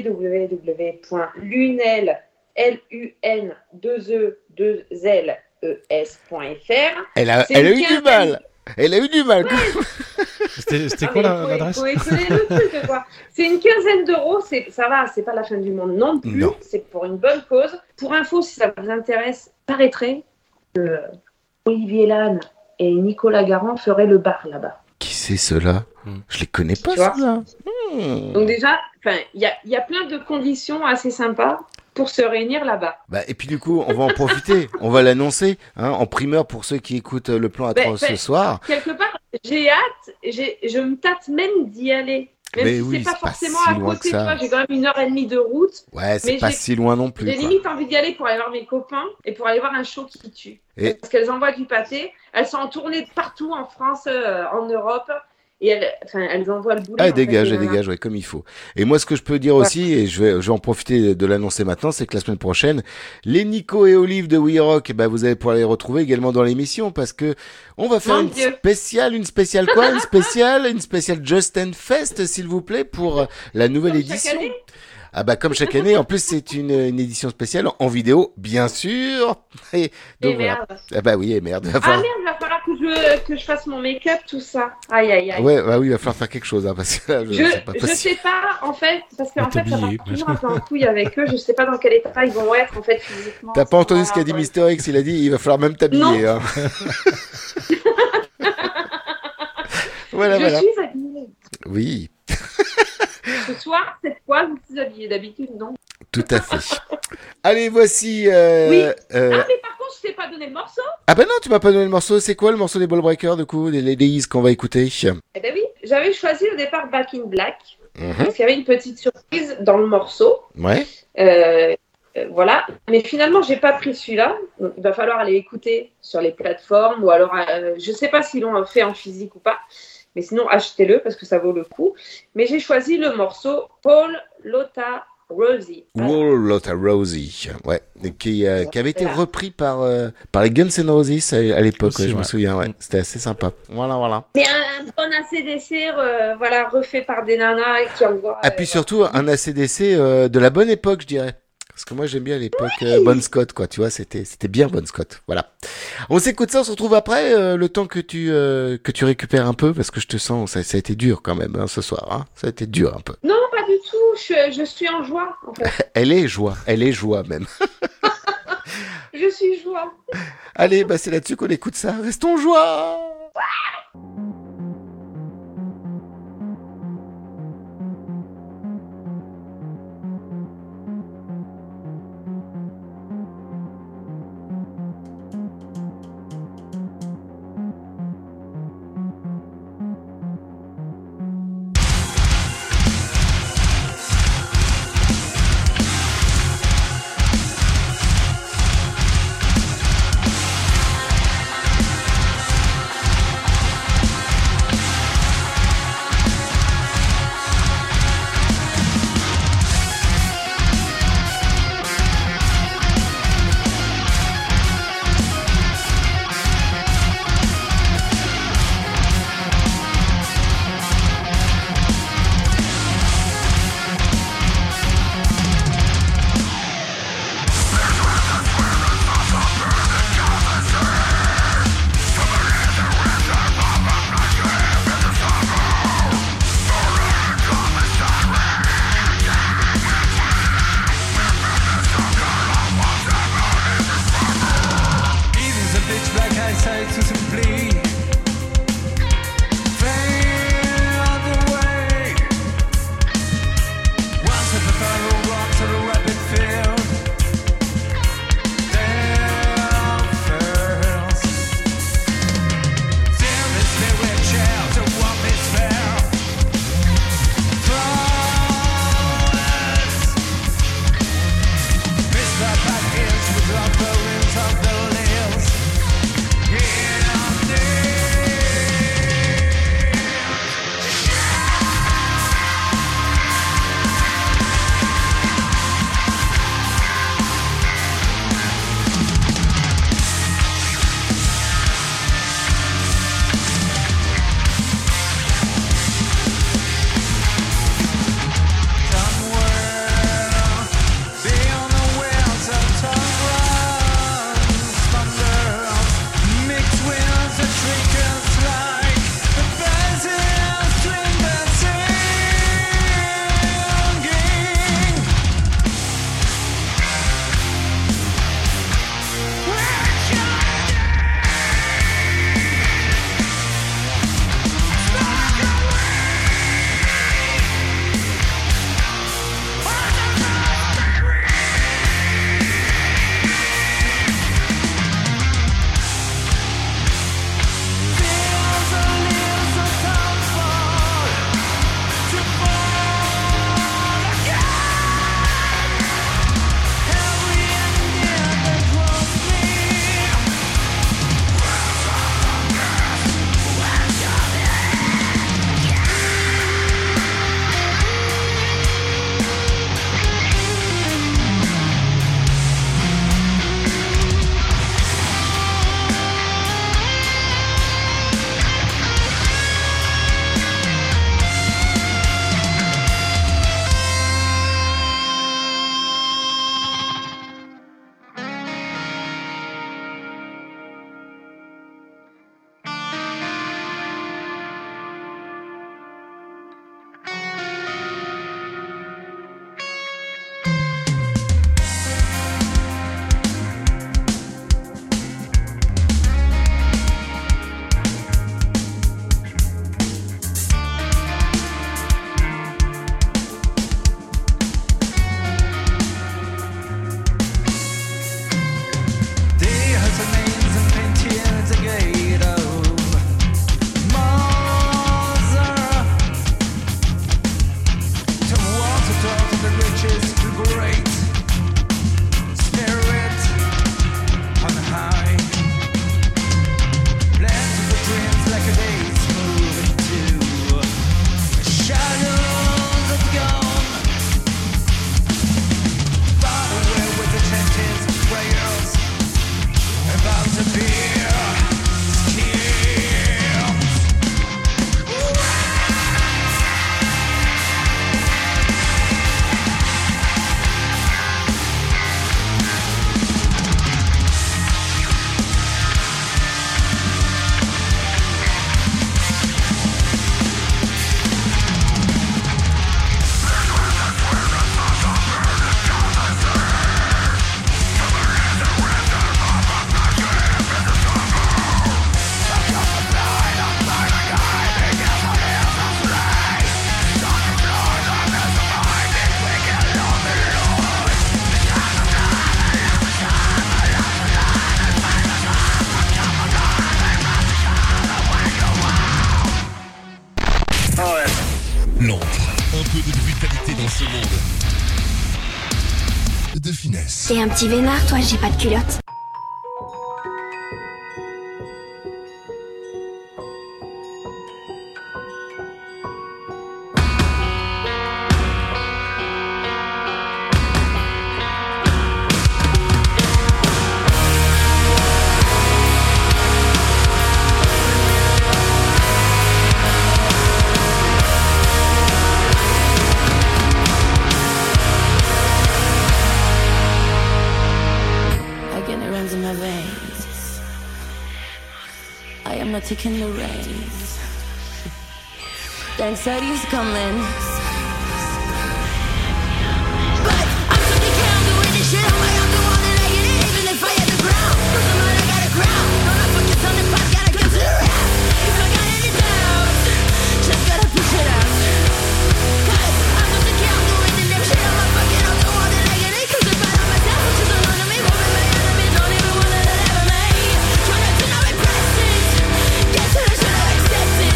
www.lunel.fr. Elle a eu du mal. Elle a eu du mal. C'était quoi l'adresse? Le truc, quoi. C'est une quinzaine d'euros. Ça va, c'est pas la fin du monde non plus. Non. C'est pour une bonne cause. Pour info, si ça vous intéresse, paraîtrait que Olivier Lannes et Nicolas Garand feraient le bar là-bas. Qui c'est ceux-là? Je les connais pas, ceux-là. Donc déjà, il y a plein de conditions assez sympas pour se réunir là-bas. Et puis du coup, on va en profiter. On va l'annoncer en primeur pour ceux qui écoutent le plan à 3 ce soir. Quelque part, j'ai hâte. Je me tâte même d'y aller. Même si c'est pas forcément à côté de toi, j'ai quand même 1h30 de route. Ouais, c'est pas si loin non plus. J'ai limite envie d'y aller pour aller voir mes copains et pour aller voir un show qui tue. Parce qu'elles envoient du pâté. Elles sont en tournée de partout en France, en Europe. Et elles envoient le boulot. Elles dégagent, ouais, comme il faut. Et moi, ce que je peux dire aussi, et je vais en profiter de l'annoncer maintenant, c'est que la semaine prochaine, les Nico et Olive de We Rock, vous allez pouvoir les retrouver également dans l'émission parce que on va faire une spéciale Just Fest, s'il vous plaît, pour la nouvelle édition. Comme chaque année, en plus c'est une édition spéciale en vidéo, bien sûr. Et donc merde. Oui, et merde. Il va falloir que je fasse mon make-up, tout ça. Aïe. Ouais, oui, il va falloir faire quelque chose, parce que là, je sais pas, en fait, parce qu'en fait, ça va toujours un peu en couille avec eux. Je sais pas dans quel état ils vont être, en fait, physiquement. T'as pas entendu ce qu'a dit Mister X? Il a dit, il va falloir même t'habiller. Hein. voilà. Je suis habillée. Oui. Ce soir, cette fois, je suis habillée. D'habitude, non. Tout à fait. Allez, voici... Oui. Mais par contre, je t'ai pas donné le morceau. Non, tu m'as pas donné le morceau. C'est quoi le morceau des Ball Breakers, du coup, des Ladies qu'on va écouter? Oui, j'avais choisi au départ Back in Black. Parce qu'il y avait une petite surprise dans le morceau. Ouais. Voilà. Mais finalement, j'ai pas pris celui-là. Donc, il va falloir aller écouter sur les plateformes. Ou alors, je sais pas s'ils l'ont fait en physique ou pas. Mais sinon, achetez-le parce que ça vaut le coup. Mais j'ai choisi le morceau Paul Lotta Rosie. Lotta Rosie, ouais. Qui avait été repris par les Guns N' Roses à l'époque, je me souviens, ouais. C'était assez sympa. Voilà. Mais un bon ACDC, refait par des nanas qui envoient... puis surtout, un ACDC de la bonne époque, je dirais. Parce que moi j'aime bien l'époque Bon Scott, quoi, tu vois, c'était bien Bon Scott, voilà. On s'écoute ça, on se retrouve après, le temps que tu récupères un peu, parce que je te sens, ça a été dur quand même, ce soir, ça a été dur un peu. Non, pas du tout, je suis en joie, en fait. Elle est joie même. Je suis joie. Allez, c'est là-dessus qu'on écoute ça, restons joie. L'ombre. Un peu de brutalité dans ce monde. De finesse. T'es un petit vénard, toi, j'ai pas de culotte. Taking the reins. The anxiety's coming. But I'm so can't do any shit on my own. Don't wanna like it, even if I hit the ground. Cause I'm I got a crown. No, I focus on the path, gotta get to the rap. If I got any doubt, just gotta push it out. Cause I'm so can't do any damn shit on my fucking own. Don't wanna like it, cause if I know myself, which is an enemy, but my enemy don't even wanna let it ever make. Trying to not repress it. Guess I should have accepted.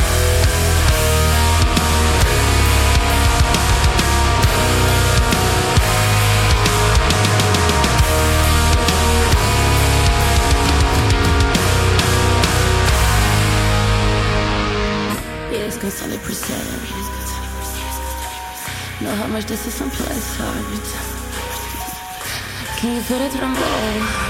Yeah, it's cause 100%. Know how much this is unpleasant. Can you feel it tremble?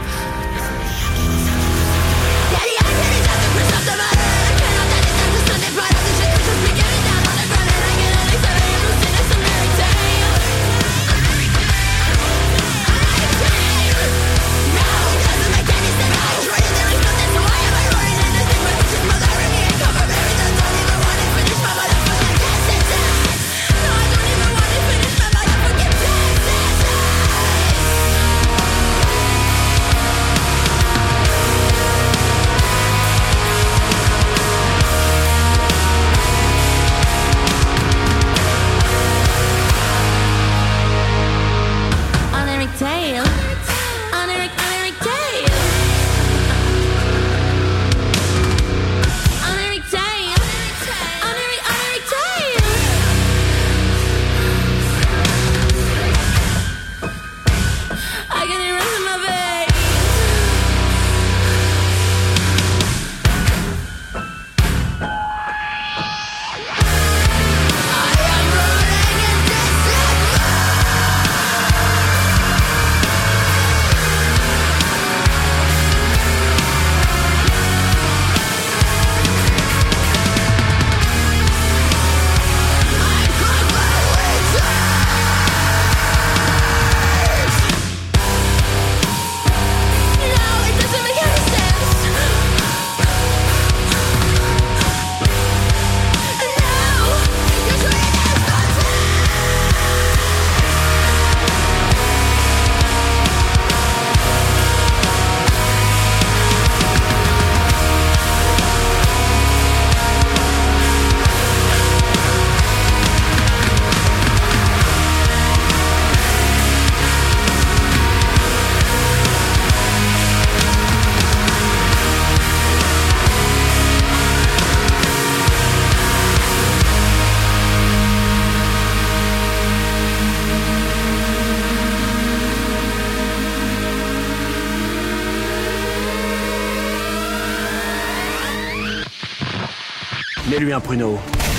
Mets-lui un pruneau.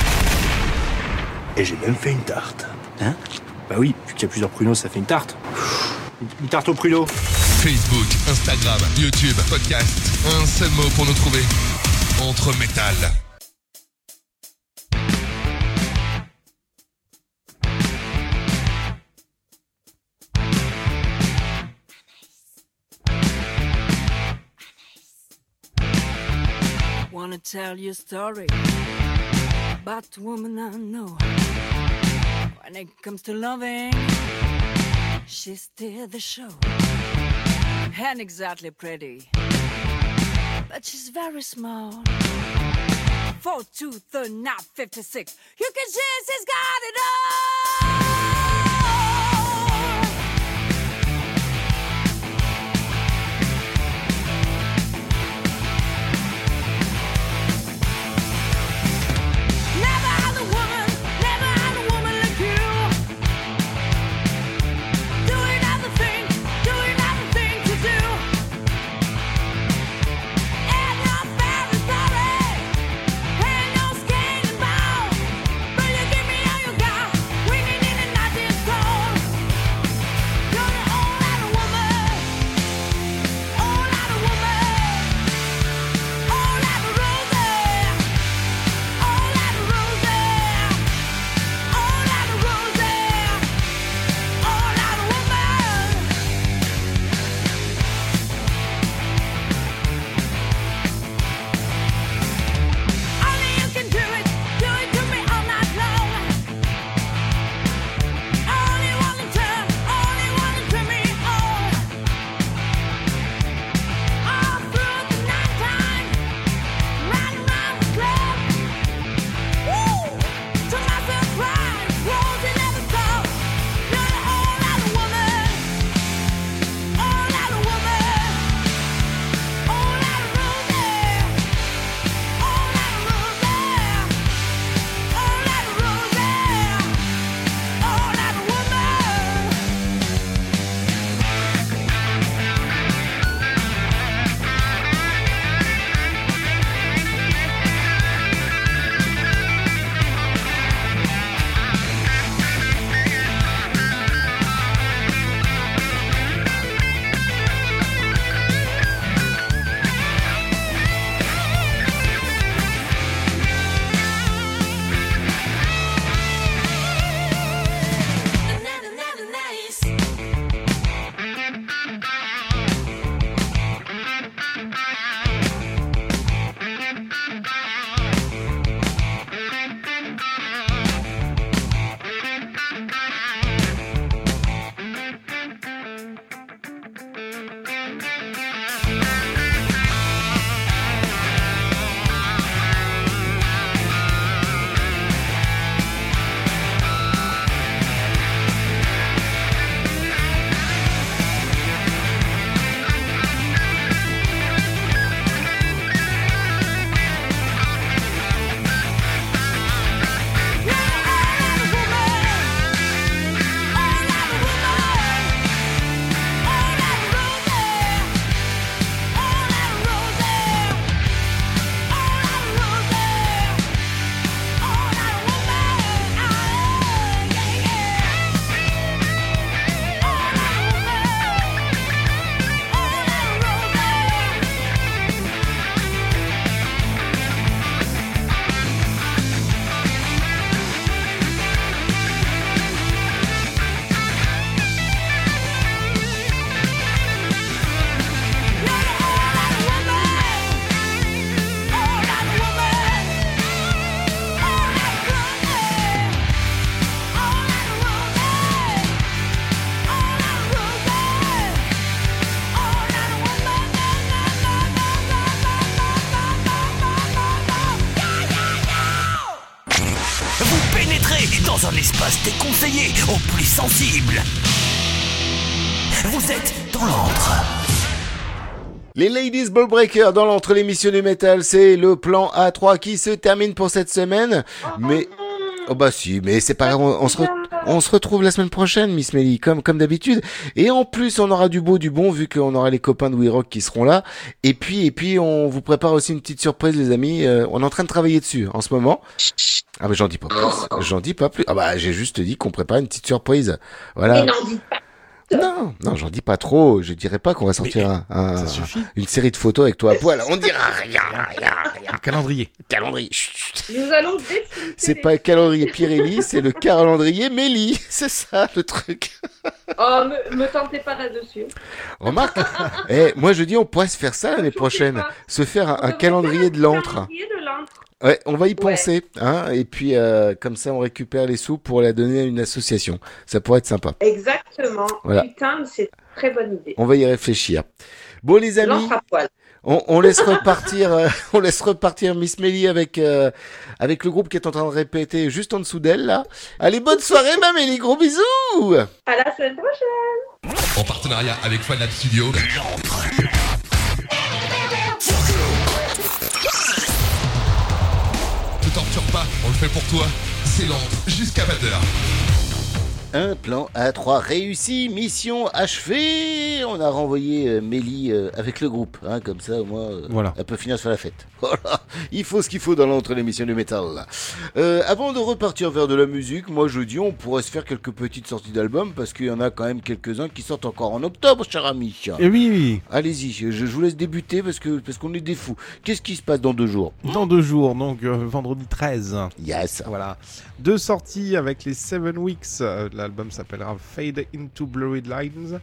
Et j'ai même fait une tarte. Hein? Bah oui, vu qu'il y a plusieurs pruneaux, ça fait une tarte. Une tarte au pruneau. Facebook, Instagram, YouTube, podcast. Un seul mot pour nous trouver. Entre métal. Wanna tell you a story about the woman I know. When it comes to loving, she's still the show. Ain't exactly pretty, but she's very small. 4'2", 39, 56. You can see she's got it all. Dans un espace déconseillé aux plus sensibles. Vous êtes dans l'antre. Les Ladies Ballbreakers dans l'entre l'émission du métal, c'est le plan A3 qui se termine pour cette semaine. Mais oh bah si, mais c'est pas grave, on se retrouve la semaine prochaine, Miss Melly, comme d'habitude. Et en plus, on aura du beau, du bon, vu qu'on aura les copains de We Rock qui seront là. Et puis, on vous prépare aussi une petite surprise, les amis. On est en train de travailler dessus en ce moment. Ah mais j'en dis pas plus. Ah bah j'ai juste dit qu'on prépare une petite surprise. Voilà. Mais n'en dites pas. Non, j'en dis pas trop. Je dirais pas qu'on va sortir ça suffit. une série de photos avec toi à poil. On dira rien. Un calendrier. Chut. Nous allons définir. C'est pas le calendrier Pirelli, c'est le calendrier Mélie. C'est ça le truc. Oh, me tentez pas là-dessus. Remarque, moi je dis on pourrait se faire ça l'année prochaine. Se faire un calendrier de l'antre. Ouais, on va y penser, hein, et puis comme ça on récupère les sous pour la donner à une association. Ça pourrait être sympa. Exactement. Voilà. Putain, c'est une très bonne idée. On va y réfléchir. Bon les amis, L'antre à poil. on laisse repartir Miss Mélie avec le groupe qui est en train de répéter juste en dessous d'elle là. Allez, bonne soirée ma Mélie, gros bisous. À la semaine prochaine. En partenariat avec Fanlab Studio. Ne torture pas, on le fait pour toi. C'est l'antre jusqu'à 20h. Un plan A3 réussi, mission achevée. On a renvoyé Mélie avec le groupe, hein, comme ça au moins voilà. Elle peut finir sur la fête. Voilà, il faut ce qu'il faut dans l'entre l'émission du métal. Avant de repartir vers de la musique, moi je dis on pourrait se faire quelques petites sorties d'albums parce qu'il y en a quand même quelques-uns qui sortent encore en octobre, cher ami. Et oui. Allez-y, je vous laisse débuter parce qu'on est des fous. Qu'est-ce qui se passe dans 2 jours? Dans 2 jours, donc vendredi 13. Yes. Voilà. 2 sorties avec les 7 Weeks. L'album s'appellera Fade into Blurred Lines.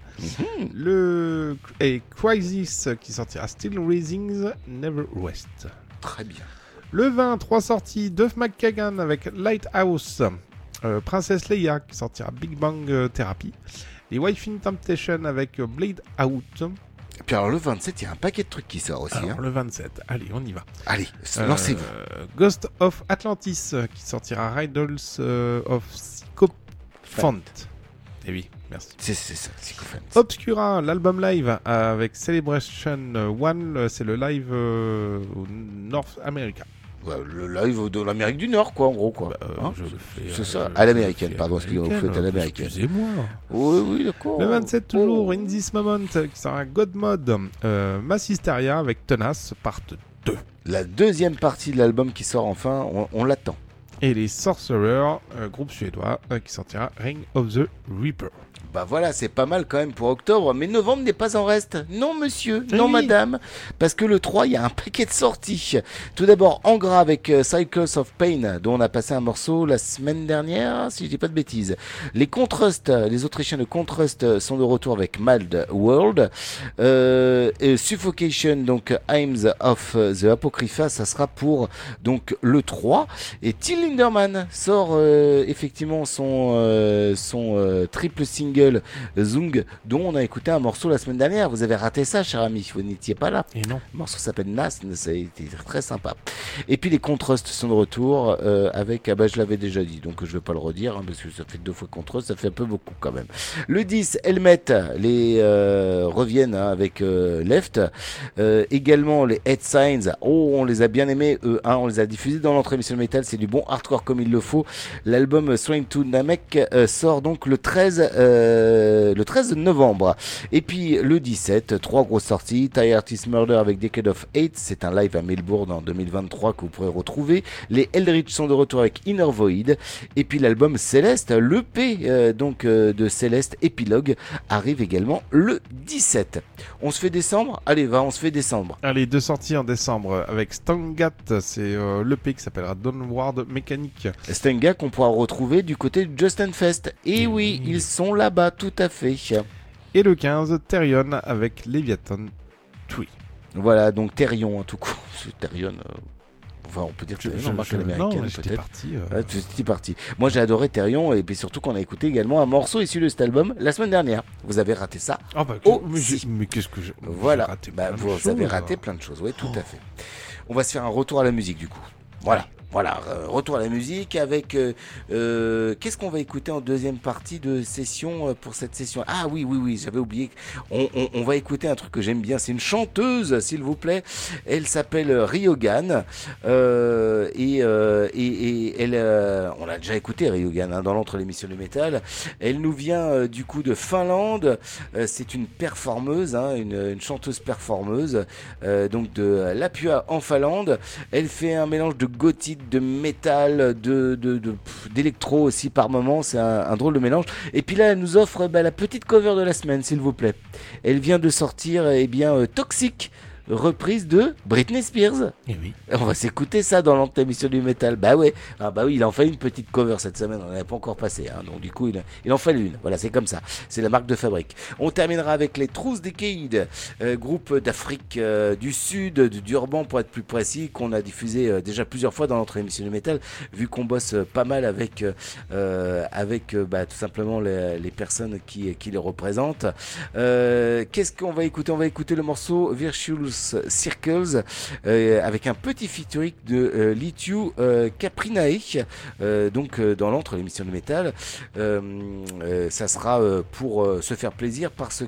Et Crisis qui sortira Still Rising, Never Rest. Très bien. Le 20, 3 sorties. Duff McKagan avec Lighthouse. Princess Leia qui sortira Big Bang Therapy. Les Wife in Temptation avec Blade Out. Et puis alors le 27, il y a un paquet de trucs qui sort aussi. Alors le 27, allez, on y va. Allez, lancez-vous. Ghost of Atlantis qui sortira Riddles of Sycophant. Eh oui, merci. C'est ça, Sycophant. Obscura, l'album live avec Celebration One, c'est le live au North America. Ouais, le live de l'Amérique du Nord, quoi, en gros, quoi. C'est ça, à l'américaine, pardon, excusez-moi, vous faites à l'américaine. Excusez-moi. Oui, d'accord. Le 27, toujours, In This Moment, qui sera God Mode, Mass Hysteria avec Tenace, part 2. La deuxième partie de l'album qui sort enfin, on l'attend. Et les Sorcerers, groupe suédois, qui sortira Ring of the Reaper. Bah voilà, c'est pas mal quand même pour octobre, mais novembre n'est pas en reste. Non monsieur, non madame, parce que le 3, il y a un paquet de sorties. Tout d'abord, en gras avec Cycles of Pain, dont on a passé un morceau la semaine dernière, si je dis pas de bêtises. Les Contrast, les Autrichiens de Contrast sont de retour avec Mad World. Et Suffocation, donc Hymns of the Apocrypha, ça sera pour donc le 3. Et Till Lindemann sort effectivement son triple single Zung, dont on a écouté un morceau la semaine dernière. Vous avez raté ça, cher ami, vous n'étiez pas là. Et non. Le morceau s'appelle Nas, ça a été très sympa. Et puis les Contrast sont de retour avec, je l'avais déjà dit, donc je vais pas le redire, hein, parce que ça fait 2 fois Contrast, ça fait un peu beaucoup quand même. Le 10, Helmet, les reviennent avec Left. Également les Head Signs, on les a bien aimés, eux, hein, on les a diffusés dans l'entrée émission métal, c'est du bon hardcore comme il le faut. L'album Swing to Namek sort donc le 13 novembre. Et puis le 17, 3 grosses sorties. Thai Artist Murder avec Decade of Hate, c'est un live à Melbourne en 2023 que vous pourrez retrouver. Les Eldritch sont de retour avec Inner Void. Et puis l'album Céleste, l'EP de Céleste Epilogue arrive également le 17. On se fait décembre? Allez, on se fait décembre. Allez, 2 sorties en décembre avec Stangat, c'est l'EP qui s'appellera Downward Mechanic. Stangat qu'on pourra retrouver du côté du Justin Fest. Et oui, ils sont là-bas, tout à fait. Et le 15, Therion avec Leviathan Tree. Voilà, donc Therion, tout court. Therion, enfin, on peut dire Therion, marque américaine, peut-être. J'étais parti. Moi, j'ai adoré Therion, et puis surtout qu'on a écouté également un morceau issu de cet album la semaine dernière. Vous avez raté ça? Mais qu'est-ce que voilà, raté vous avez raté plein de choses, oui, tout à fait. On va se faire un retour à la musique, du coup. Voilà, retour à la musique avec qu'est-ce qu'on va écouter en deuxième partie de session pour cette session. Ah oui, j'avais oublié. On va écouter un truc que j'aime bien. C'est une chanteuse, s'il vous plaît. Elle s'appelle Ryogan et elle, on l'a déjà écouté Ryogan dans l'entre l'émission du métal. Elle nous vient du coup de Finlande. C'est une performeuse, une chanteuse performeuse donc de Lapua en Finlande. Elle fait un mélange de gothique, musique, de métal, d'électro aussi par moment. C'est un drôle de mélange. Et puis là, elle nous offre la petite cover de la semaine, s'il vous plaît. Elle vient de sortir Toxic, reprise de Britney Spears. Et oui. On va s'écouter ça dans l'émission du métal. Bah ouais. Ah bah oui, il en fait une petite cover cette semaine. On n'avait pas encore passé. Donc du coup, il en fait une. Voilà, c'est comme ça. C'est la marque de fabrique. On terminera avec les Truth Decade, groupe d'Afrique du Sud, d'Urban pour être plus précis, qu'on a diffusé déjà plusieurs fois dans notre émission du métal, vu qu'on bosse pas mal avec tout simplement les personnes qui les représentent. Qu'est-ce qu'on va écouter ? On va écouter le morceau Virtuous Circles avec un petit featuring de Litiu Caprinae, dans l'antre l'émission de métal. Ça sera pour se faire plaisir parce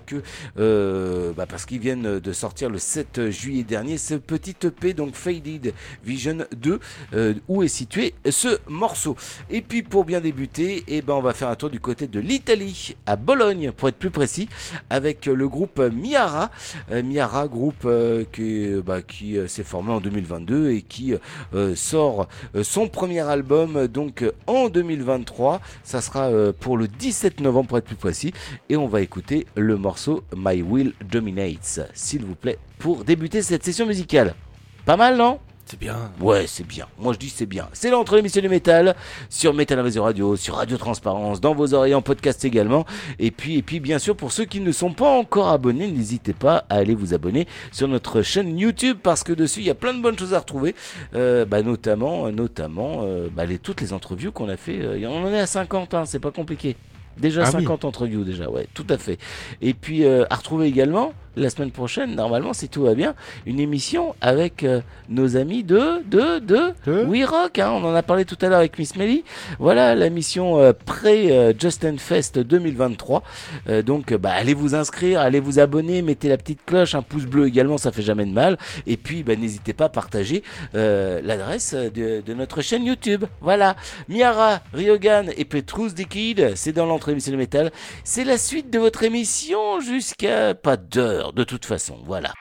qu'ils viennent de sortir le 7 juillet dernier ce petit EP, donc Faded Vision 2, où est situé ce morceau. Et puis pour bien débuter, on va faire un tour du côté de l'Italie, à Bologne pour être plus précis, avec le groupe Miara. Miara, groupe qui s'est formé en 2022 et qui sort son premier album en 2023. Ça sera pour le 17 novembre pour être plus précis, et on va écouter le morceau My Will Dominates, s'il vous plaît, pour débuter cette session musicale. Pas mal, non ? C'est bien. Ouais, c'est bien. Moi, je dis c'est bien. C'est l'entre l'émission du métal sur Metal Invasion Radio, sur Radio Transparence, dans vos oreilles en podcast également. Et puis, bien sûr, pour ceux qui ne sont pas encore abonnés, n'hésitez pas à aller vous abonner sur notre chaîne YouTube, parce que dessus, il y a plein de bonnes choses à retrouver. Notamment toutes les interviews qu'on a fait. On en est à 50, c'est pas compliqué. Déjà 50 interviews déjà, ouais, tout à fait. Et puis à retrouver également la semaine prochaine, normalement, si tout va bien, une émission avec nos amis de We Rock, on en a parlé tout à l'heure avec Miss Melly. Voilà la mission pré-Justin Fest 2023. Allez vous inscrire, allez vous abonner, mettez la petite cloche, un pouce bleu également, ça fait jamais de mal. Et puis n'hésitez pas à partager l'adresse de notre chaîne YouTube. Voilà, Miara, Ryogan et Truth Decade, c'est dans l'entrée émission de métal. C'est la suite de votre émission jusqu'à pas d'heure. De toute façon, voilà.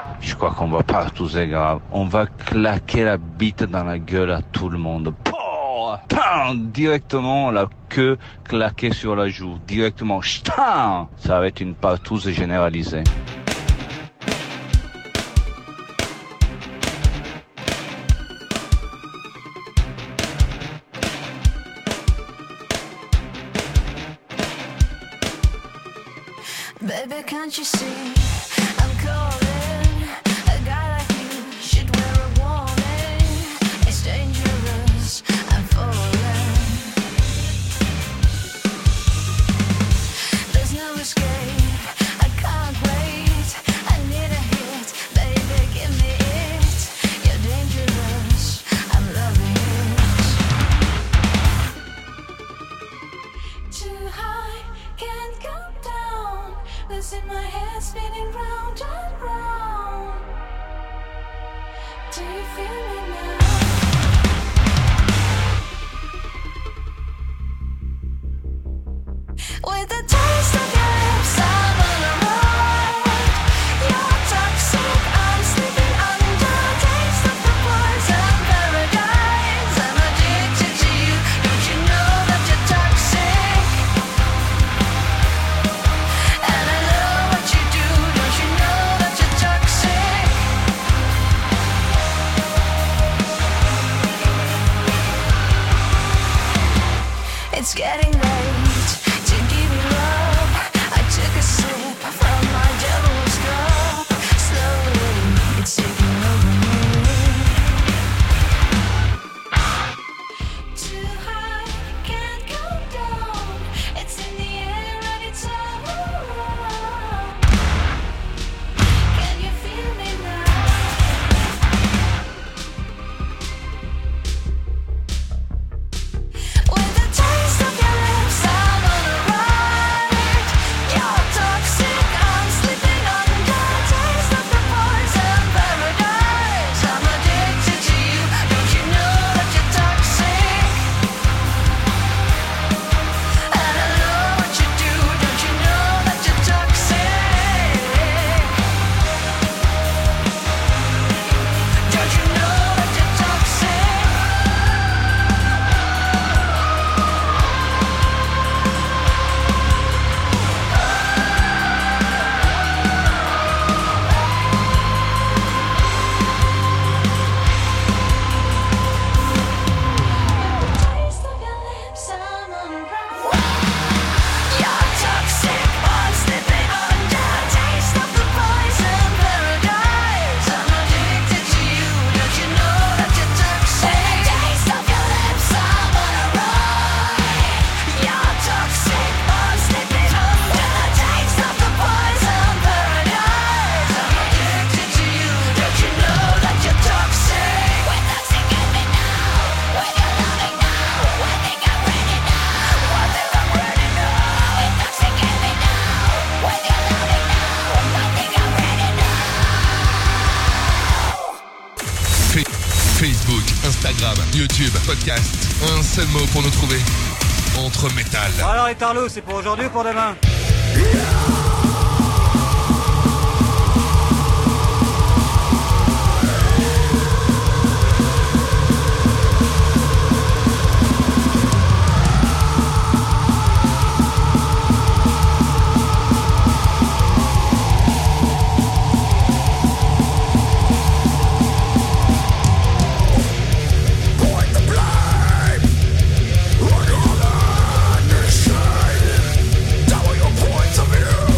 Je crois qu'on va partout, c'est grave. On va claquer la bite dans la gueule à tout le monde. Directement la queue claquée sur la joue. Directement. Ça va être une partouze généralisée. Baby, can't you see I'm calling? A guy like you should wear a warning. It's dangerous, I'm falling. There's no escape, I can't wait. I need a hit, baby, give me it. You're dangerous, I'm loving it. Too high, can't come down. Losing my head, spinning round and round. Do you feel me now? With the taste of your lips, I'm on a ride. You're toxic, I'm sleeping under. Taste of the poison paradise. I'm addicted to you. Don't you know that you're toxic? And I know what you do. Don't you know that you're toxic? It's getting late to give you love. I took a sip from my devil's cup. Slowly, it's taking over me. Too high, can't go down. It's in the air and it's all around. Can you feel me now? With the taste of your lips, I'm on a ride. You're toxic, I'm slipping under. Taste of the poison paradise. I'm addicted to you. Don't you know that you're toxic? And I know what you do. Don't you know that you're toxic? Don't you know that you're toxic? Taste of your lips, I'm on a ride. You're toxic, I'm slipping under. Taste of the poison paradise. I'm addicted to you. Don't you know that you're toxic? Taste of your lips, I'm on a ride. You're toxic, I'm slipping under. Taste of the poison paradise. I'm addicted to you. Don't you know that you're toxic? We're toxic at me now. When you're loving now, I think I'm ready now. I think I'm ready now. We're toxic at me now. When you're loving now, I think I'm ready now. Facebook, Instagram, YouTube, podcast. Un seul mot pour nous trouver. Entre métal. Alors les tarlots, c'est pour aujourd'hui ou pour demain? Tell your points of view.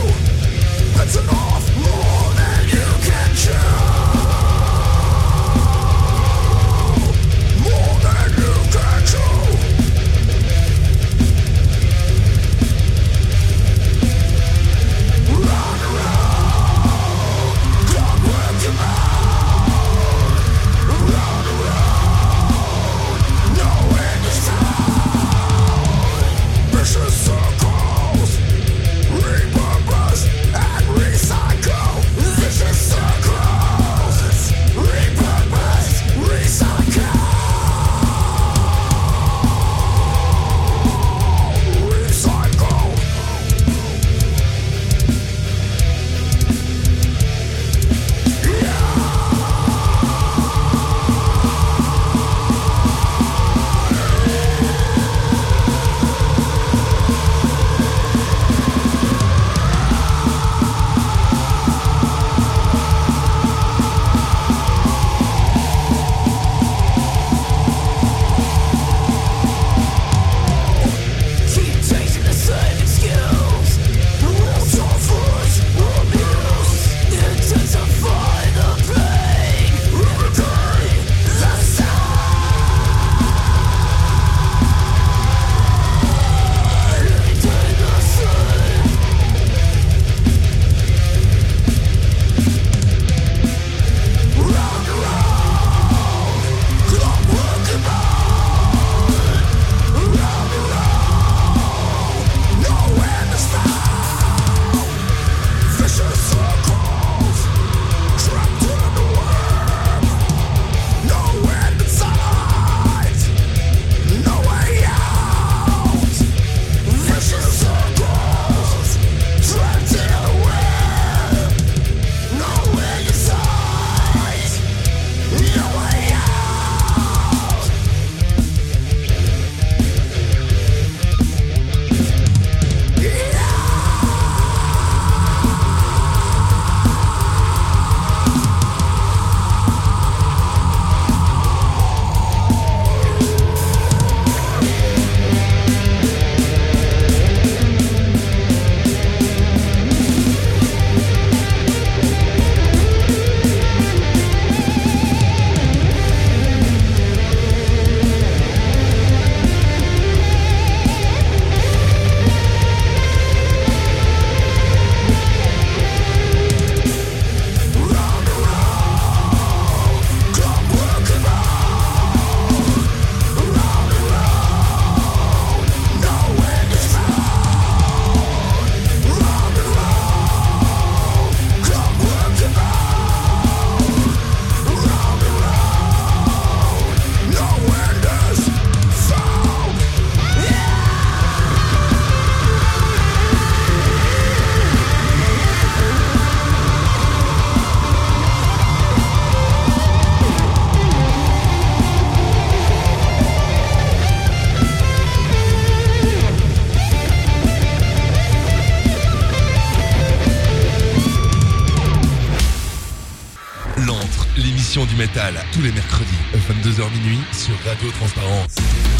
l'émission du métal, tous les mercredis, 22h minuit, sur Radio Transparence.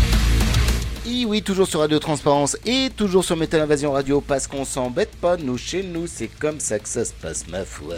Et oui, toujours sur Radio Transparence et toujours sur Metal Invasion Radio, parce qu'on s'embête pas, nous, chez nous, c'est comme ça que ça se passe, ma foi.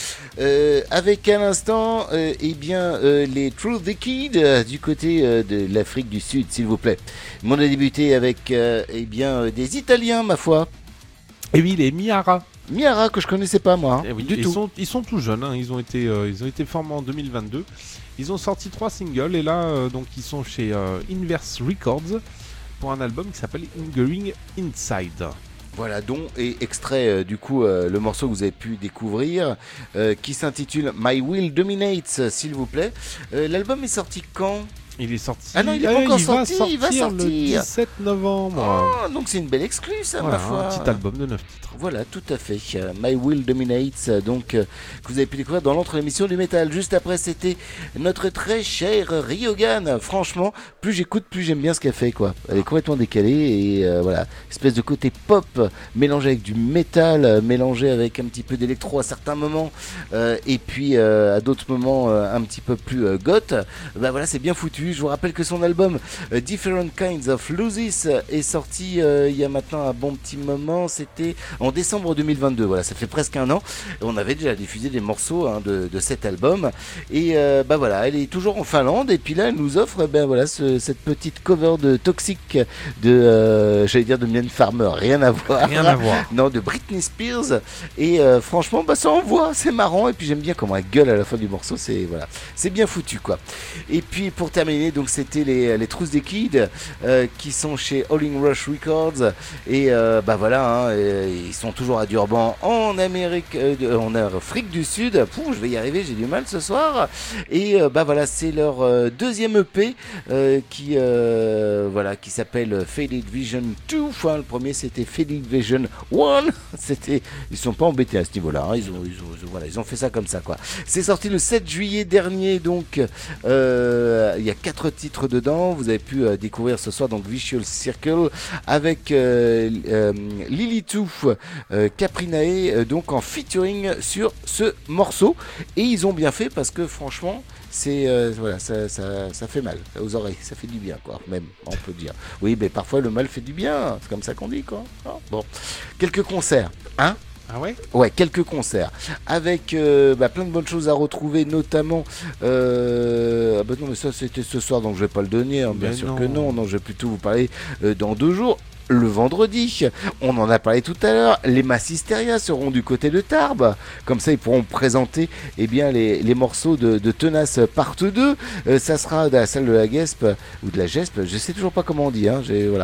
Avec à l'instant, les True The Kid du côté de l'Afrique du Sud, s'il vous plaît. On a débuté avec des Italiens, ma foi. Et oui, les Miara. Miara, que je connaissais pas, moi, oui, du tout. Ils sont tout jeunes, hein. Ils ont été formés en 2022. Ils ont sorti 3 singles et là, donc ils sont chez Inverse Records pour un album qui s'appelle Going Inside. Voilà, dont est extrait le morceau que vous avez pu découvrir, qui s'intitule My Will Dominates, s'il vous plaît. L'album est sorti quand ? Il est sorti. Ah non, il est pas encore sorti, il va sortir le 17 novembre. Oh, donc c'est une belle exclue, ça, voilà, ma foi. Un petit album de 9 titres. Voilà, tout à fait. My Will Dominates, que vous avez pu découvrir dans l'entre-émission du métal. Juste après, c'était notre très cher Ryogan. Franchement, plus j'écoute, plus j'aime bien ce qu'elle fait, quoi. Elle est complètement décalée et voilà, espèce de côté pop mélangé avec du métal, mélangé avec un petit peu d'électro à certains moments, et puis à d'autres moments un petit peu plus goth. Bah voilà, c'est bien foutu. Je vous rappelle que son album Different Kinds of Loses est sorti il y a maintenant un bon petit moment, c'était en décembre 2022, voilà, ça fait presque un an. On avait déjà diffusé des morceaux de cet album et voilà, elle est toujours en Finlande et puis là elle nous offre cette petite cover de Toxic de Mylène Farmer, rien à voir, non, de Britney Spears et franchement ça envoie, c'est marrant et puis j'aime bien comment elle gueule à la fin du morceau, c'est bien foutu, quoi. Et puis pour terminer, donc c'était les True The Kid qui sont chez All In Rush Records et ils sont toujours à Durban en Amérique, en Afrique du Sud. Je vais y arriver, j'ai du mal ce soir. Et c'est leur deuxième EP qui s'appelle Faded Vision 2. Enfin, le premier c'était Faded Vision 1. Ils sont pas embêtés à ce niveau-là. Hein. Ils ont fait ça comme ça, quoi. C'est sorti le 7 juillet dernier, donc il y a 4 titres dedans. Vous avez pu découvrir ce soir donc Vicious Circle avec Lily Too, Caprinae, donc en featuring sur ce morceau. Et ils ont bien fait parce que franchement, ça fait mal aux oreilles, ça fait du bien, quoi, même, on peut dire. Oui, mais parfois le mal fait du bien, c'est comme ça qu'on dit, quoi. Bon, quelques concerts, hein. Ah ouais ? Ouais, quelques concerts avec plein de bonnes choses à retrouver, notamment non mais ça c'était ce soir, donc je vais pas le donner, hein, bien sûr que non, je vais plutôt vous parler dans 2 jours. Le vendredi, on en a parlé tout à l'heure, les Massisteria seront du côté de Tarbes, comme ça ils pourront présenter les morceaux de Tenace Part 2, ça sera dans la salle de la Gesp, ou de la Gesp, je sais toujours pas comment on dit, hein,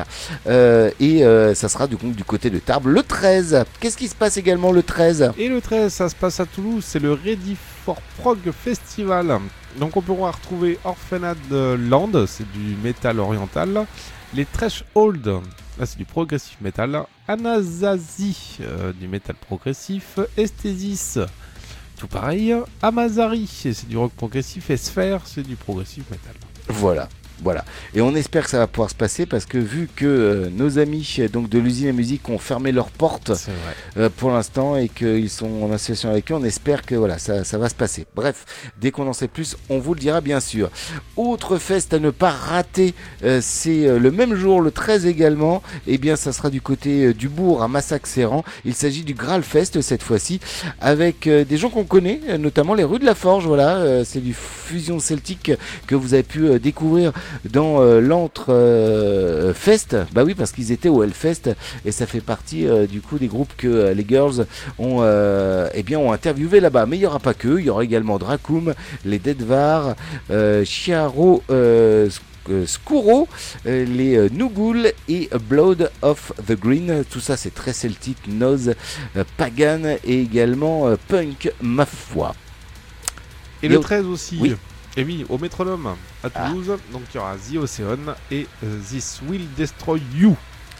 ça sera du côté de Tarbes le 13. Qu'est-ce qui se passe également le 13 ? Et le 13, ça se passe à Toulouse, c'est le Ready for Prog Festival, donc on pourra retrouver Orphaned Land, c'est du métal oriental, les Threshold, là c'est du progressif metal, Anasazi, du métal progressif, Esthesis, tout pareil, Amazari, c'est du rock progressif, et Sphere, c'est du progressif metal. Voilà. Et on espère que ça va pouvoir se passer parce que vu que nos amis donc de l'usine à musique ont fermé leurs portes pour l'instant et qu'ils sont en association avec eux, on espère que ça va se passer. Bref, dès qu'on en sait plus, on vous le dira bien sûr. Autre fest à ne pas rater, c'est le même jour, le 13 également. Et bien, ça sera du côté du Bourg à Massac-Serran. Il s'agit du Graal Fest cette fois-ci avec des gens qu'on connaît, notamment les Rues de la Forge. Voilà, c'est du fusion celtique que vous avez pu découvrir dans l'antre Fest, oui, parce qu'ils étaient au Hellfest et ça fait partie du coup des groupes que les Girls ont interviewé là-bas. Mais il n'y aura pas que, il y aura également Dracum, les Deadvar, Chiaro Skuro, les Nugul et Blood of the Green. Tout ça c'est très celtique, Nose, Pagan et également Punk, ma foi. Et le 13 aussi. Oui. Et oui, au Métronome à Toulouse, donc il y aura The Ocean et This Will Destroy You.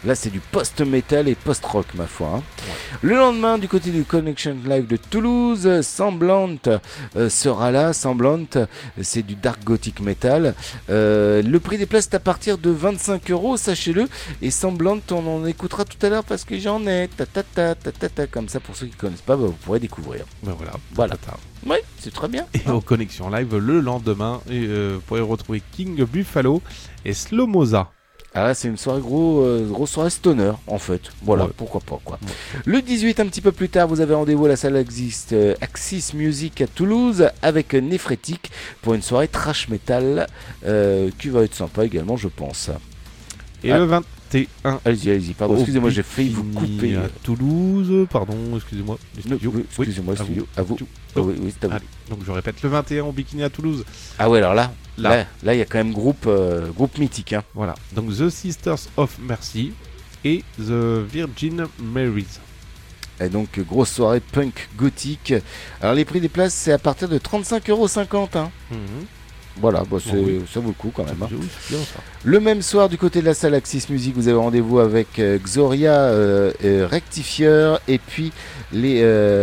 Là, c'est du post-metal et post-rock, ma foi. Hein. Le lendemain, du côté du Connection Live de Toulouse, Semblant sera là. Semblant, c'est du dark gothic metal. Le prix des places est à partir de 25 €, sachez-le. Et Semblant, on en écoutera tout à l'heure parce que j'en ai. Comme ça, pour ceux qui ne connaissent pas, vous pourrez découvrir. Ben voilà. Oui, c'est très bien. Et au Connexion Live, le lendemain, vous pourrez retrouver King Buffalo et Slomoza. Ah là, c'est une soirée grosse soirée stoner, en fait. Voilà, pourquoi pas, quoi. Le 18, un petit peu plus tard, vous avez rendez-vous à la salle Axis Music à Toulouse avec Néphrétique pour une soirée trash metal qui va être sympa également, je pense. Et le 21... Allez-y, pardon, excusez-moi, j'ai failli vous couper. À Toulouse, pardon, excusez-moi. Excusez-moi, studio, à vous. Oui, c'est à vous. Allez, donc je répète, le 21 au Bikini à Toulouse. Ah ouais, alors là, il y a quand même groupe mythique. Hein. Voilà, donc The Sisters of Mercy et The Virgin Marys. Et donc, grosse soirée punk gothique. Alors, les prix des places, c'est à partir de 35,50 €. Hein. Voilà, ça vaut le coup quand même. Hein. Bien, ça. Le même soir, du côté de la salle Axis Music, vous avez rendez-vous avec Xoria Rectifier et puis les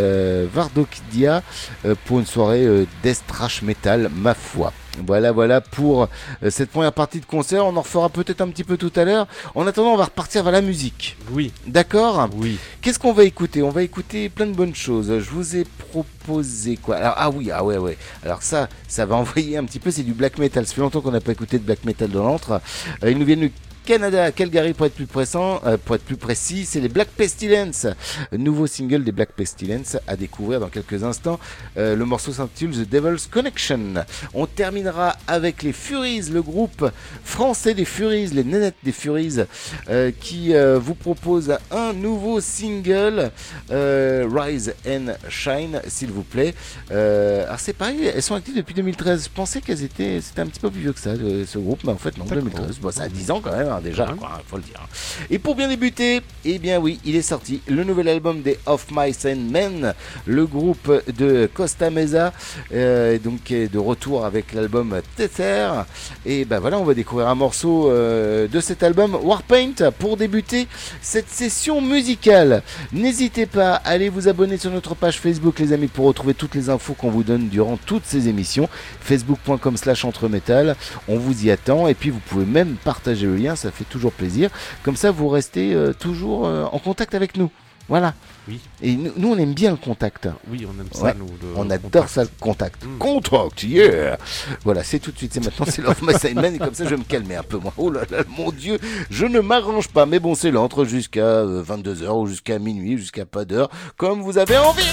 Vardokia pour une soirée death thrash metal, ma foi. Voilà pour cette première partie de concert. On en refera peut-être un petit peu tout à l'heure. En attendant, on va repartir vers la musique. Oui. D'accord ? Oui. Qu'est-ce qu'on va écouter ? On va écouter plein de bonnes choses. Je vous ai proposé quoi ? Alors, ouais. Alors ça va envoyer un petit peu. C'est du black metal. Ça fait longtemps qu'on n'a pas écouté de black metal dans l'antre. Ils nous viennent du Canada, à Calgary pour être plus précis, c'est les Black Pestilence, nouveau single des Black Pestilence à découvrir dans quelques instants. Le morceau s'intitule The Devil's Connection. On terminera avec les Furies, le groupe français des Furies, les nénettes des Furies, qui vous propose un nouveau single, Rise and Shine, s'il vous plaît. Alors c'est pareil, elles sont actives depuis 2013. Je pensais c'était un petit peu plus vieux que ça, ce groupe, mais en fait non, 2013. Bon, ça a 10 ans quand même. Déjà, faut le dire. Et pour bien débuter, eh bien oui, il est sorti le nouvel album des Of Mice and Men, le groupe de Costa Mesa, donc de retour avec l'album Tether. Et ben voilà, on va découvrir un morceau de cet album, Warpaint, pour débuter cette session musicale. N'hésitez pas à aller vous abonner sur notre page Facebook, les amis, pour retrouver toutes les infos qu'on vous donne durant toutes ces émissions. facebook.com/entremetal, on vous y attend, et puis vous pouvez même partager le lien, ça fait toujours plaisir. Comme ça, vous restez toujours en contact avec nous. Voilà. Oui. Et nous, on aime bien le contact. Oui, on aime ça, ouais. nous. On adore ça, le contact. Contact, yeah. Voilà, c'est tout de suite. C'est maintenant, c'est Love My Sideman. Et comme ça, je vais me calmer un peu, moi. Oh là là, mon Dieu, je ne m'arrange pas. Mais bon, c'est l'entre jusqu'à 22h ou jusqu'à minuit, jusqu'à pas d'heure, comme vous avez envie.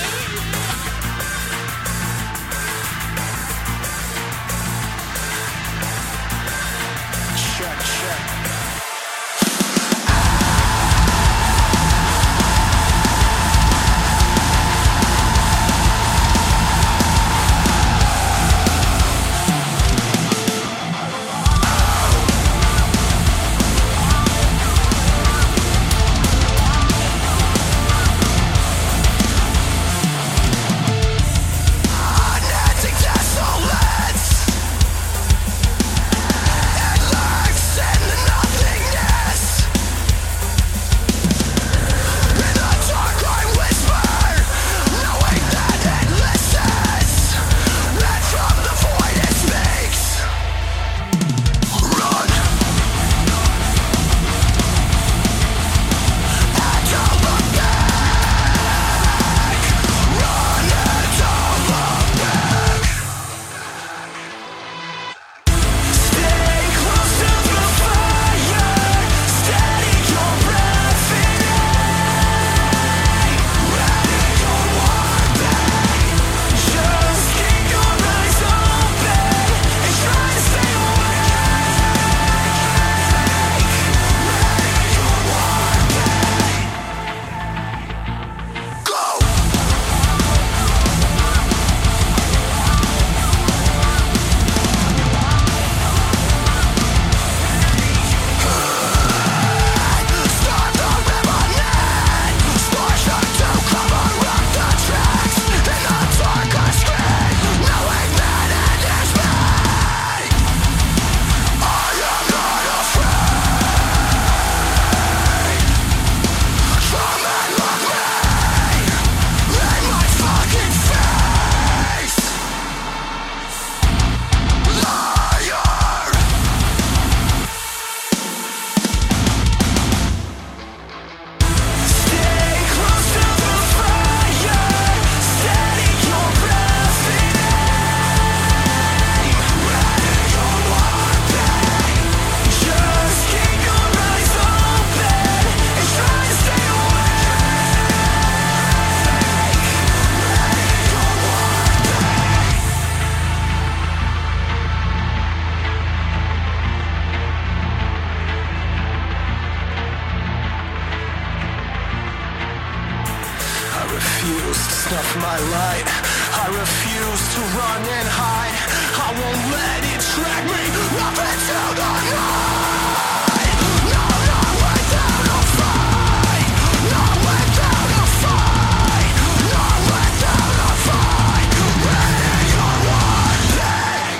light. I refuse to run and hide. I won't let it drag me up into the night. No, not without a fight. Not without a fight. Not without a fight. Ready or one thing.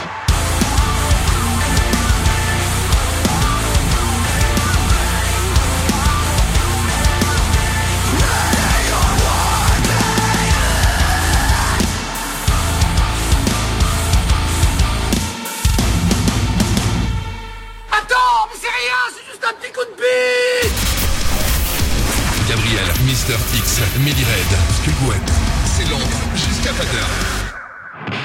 Attends, mais c'est rien, c'est juste un petit coup de bite. Gabriel, Mr. X, Melly Red, Skullgwen, c'est Londres jusqu'à pas d'heure.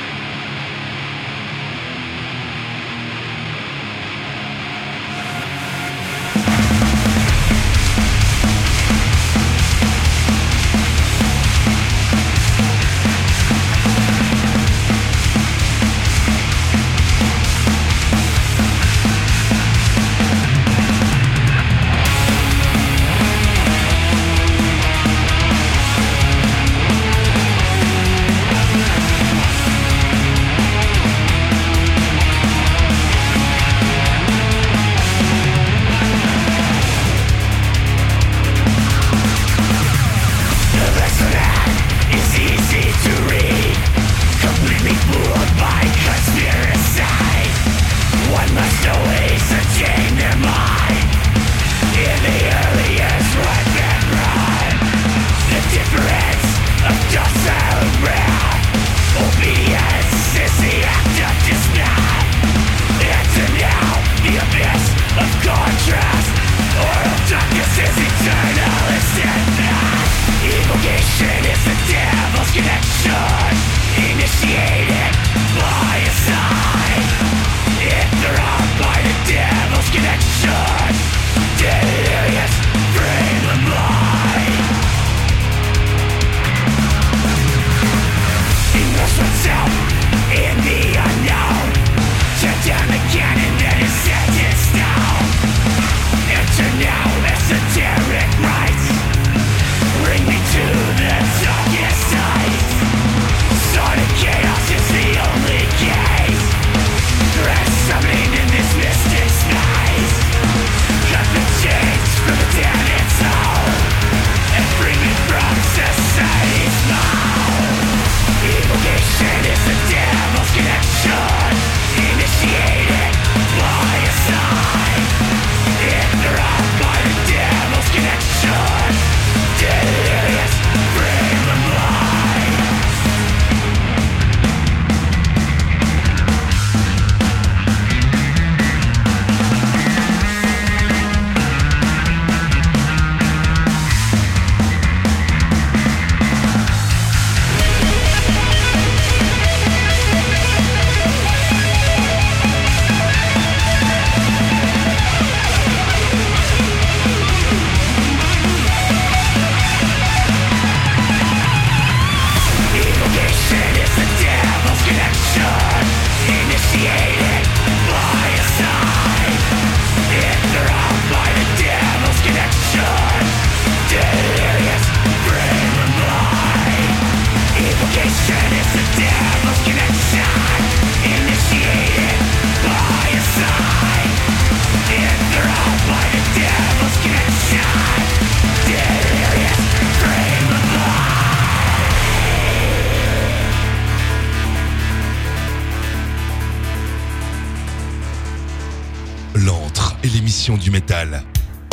Du métal.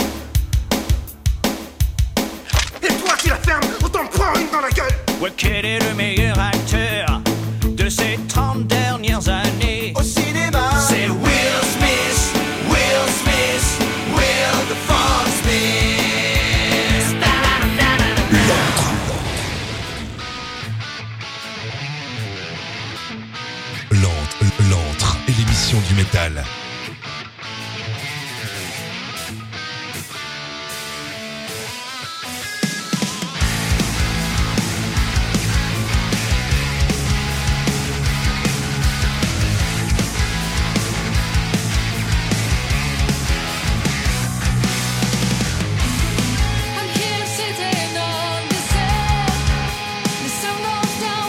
Et toi qui la fermes, autant me prendre une dans la gueule. Ouais, quel est le meilleur acteur de ces 30 dernières années au cinéma? C'est Will Smith, Will Smith, Will the Fox Smith. L'antre et l'émission du métal. I'm here sitting on the sand. The sun goes down.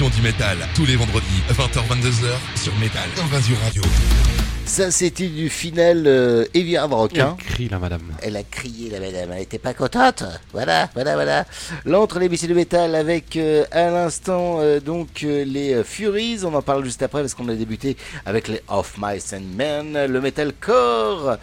l'émission du métal, tous les vendredis, 20h-22h, sur Métal Invasion Radio. Ça, c'était du final Heavy Hard Rock. Elle crie, la madame. Elle a crié, la madame. Elle était pas contente. Voilà. L'entre l'émission du métal avec, à l'instant, les Furies. On en parle juste après parce qu'on a débuté avec les Of Mice and Men, le metalcore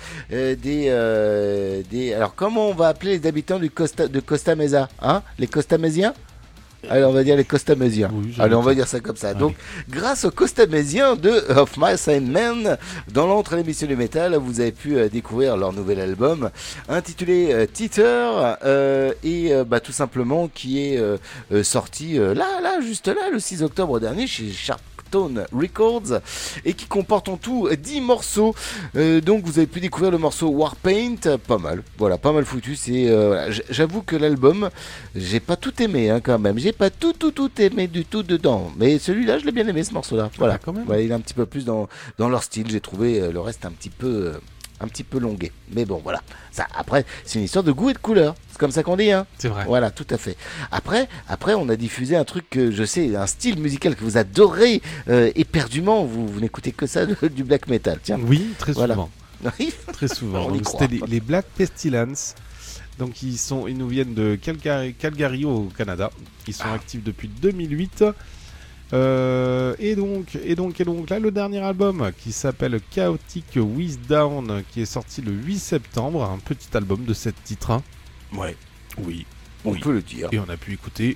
Alors, comment on va appeler les habitants de Costa Mesa, hein? Les Costamésiens? Alors on va dire les Costamésiens. Oui, allez, on va dire ça comme ça. Allez. Donc, grâce aux Costamésiens de Of Mice and Men, dans l'entre l'émission du métal, vous avez pu découvrir leur nouvel album intitulé Teeter et tout simplement qui est sorti juste là, le 6 octobre dernier chez Sharp Records et qui comporte en tout 10 morceaux. Donc vous avez pu découvrir le morceau Warpaint, pas mal foutu. C'est j'avoue que l'album, j'ai pas tout aimé quand même. J'ai pas tout aimé du tout dedans. Mais celui-là, je l'ai bien aimé, ce morceau-là. Voilà, quand même. Voilà, il est un petit peu plus dans leur style. J'ai trouvé le reste un petit peu longué. Mais bon, voilà. Ça, après, c'est une histoire de goût et de couleur. C'est comme ça qu'on dit, hein. C'est vrai. Voilà, tout à fait. Après, on a diffusé un truc que je sais, un style musical que vous adorez éperdument. Vous n'écoutez que ça, du black metal. Tiens. Oui, très voilà. souvent. Très souvent. Donc, croit. c'était les Black Pestilence. Donc, ils nous viennent de Calgary au Canada. Ils sont actifs depuis 2008. Et donc là, le dernier album qui s'appelle Chaotic Wisdown, qui est sorti le 8 septembre, un petit album de 7 titres. Hein. Ouais. Oui. On peut le dire. Et on a pu écouter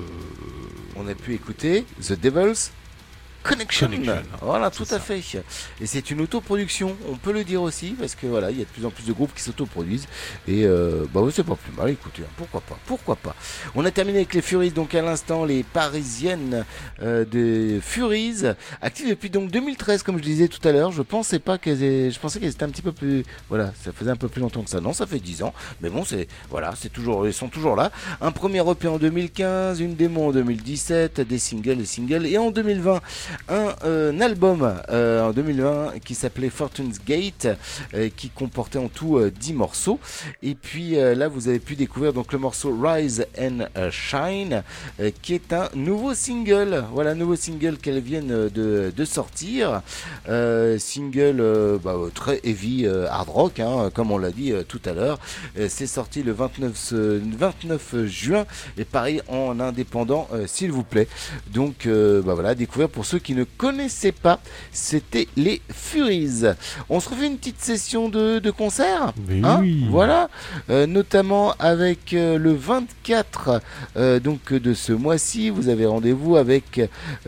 The Devil's Connection. Voilà, tout à fait. Et c'est une autoproduction, on peut le dire aussi, parce que voilà, il y a de plus en plus de groupes qui s'autoproduisent. Et c'est pas plus mal, écoutez, pourquoi pas. On a terminé avec les Furies, donc à l'instant, les parisiennes de Furies, actives depuis donc 2013, comme je disais tout à l'heure. Je pensais qu'elles étaient un petit peu plus. Voilà, ça faisait un peu plus longtemps que ça. Non, ça fait 10 ans. Mais bon, ils sont toujours là. Un premier EP en 2015, une démo en 2017, des singles, et en 2020. Un album en 2020 qui s'appelait Fortune's Gate, qui comportait en tout 10 morceaux. Et puis là, vous avez pu découvrir donc le morceau Rise and Shine, qui est un nouveau single. Voilà, nouveau single qu'elles viennent de sortir. Single très heavy hard rock, hein, comme on l'a dit tout à l'heure. C'est sorti le 29 juin, et pareil en indépendant, s'il vous plaît. Donc voilà, découvrir pour ceux qui ne connaissaient pas, c'était les Furies. On se refait une petite session de concert, oui. Voilà, notamment avec le 24 donc de ce mois-ci. Vous avez rendez-vous avec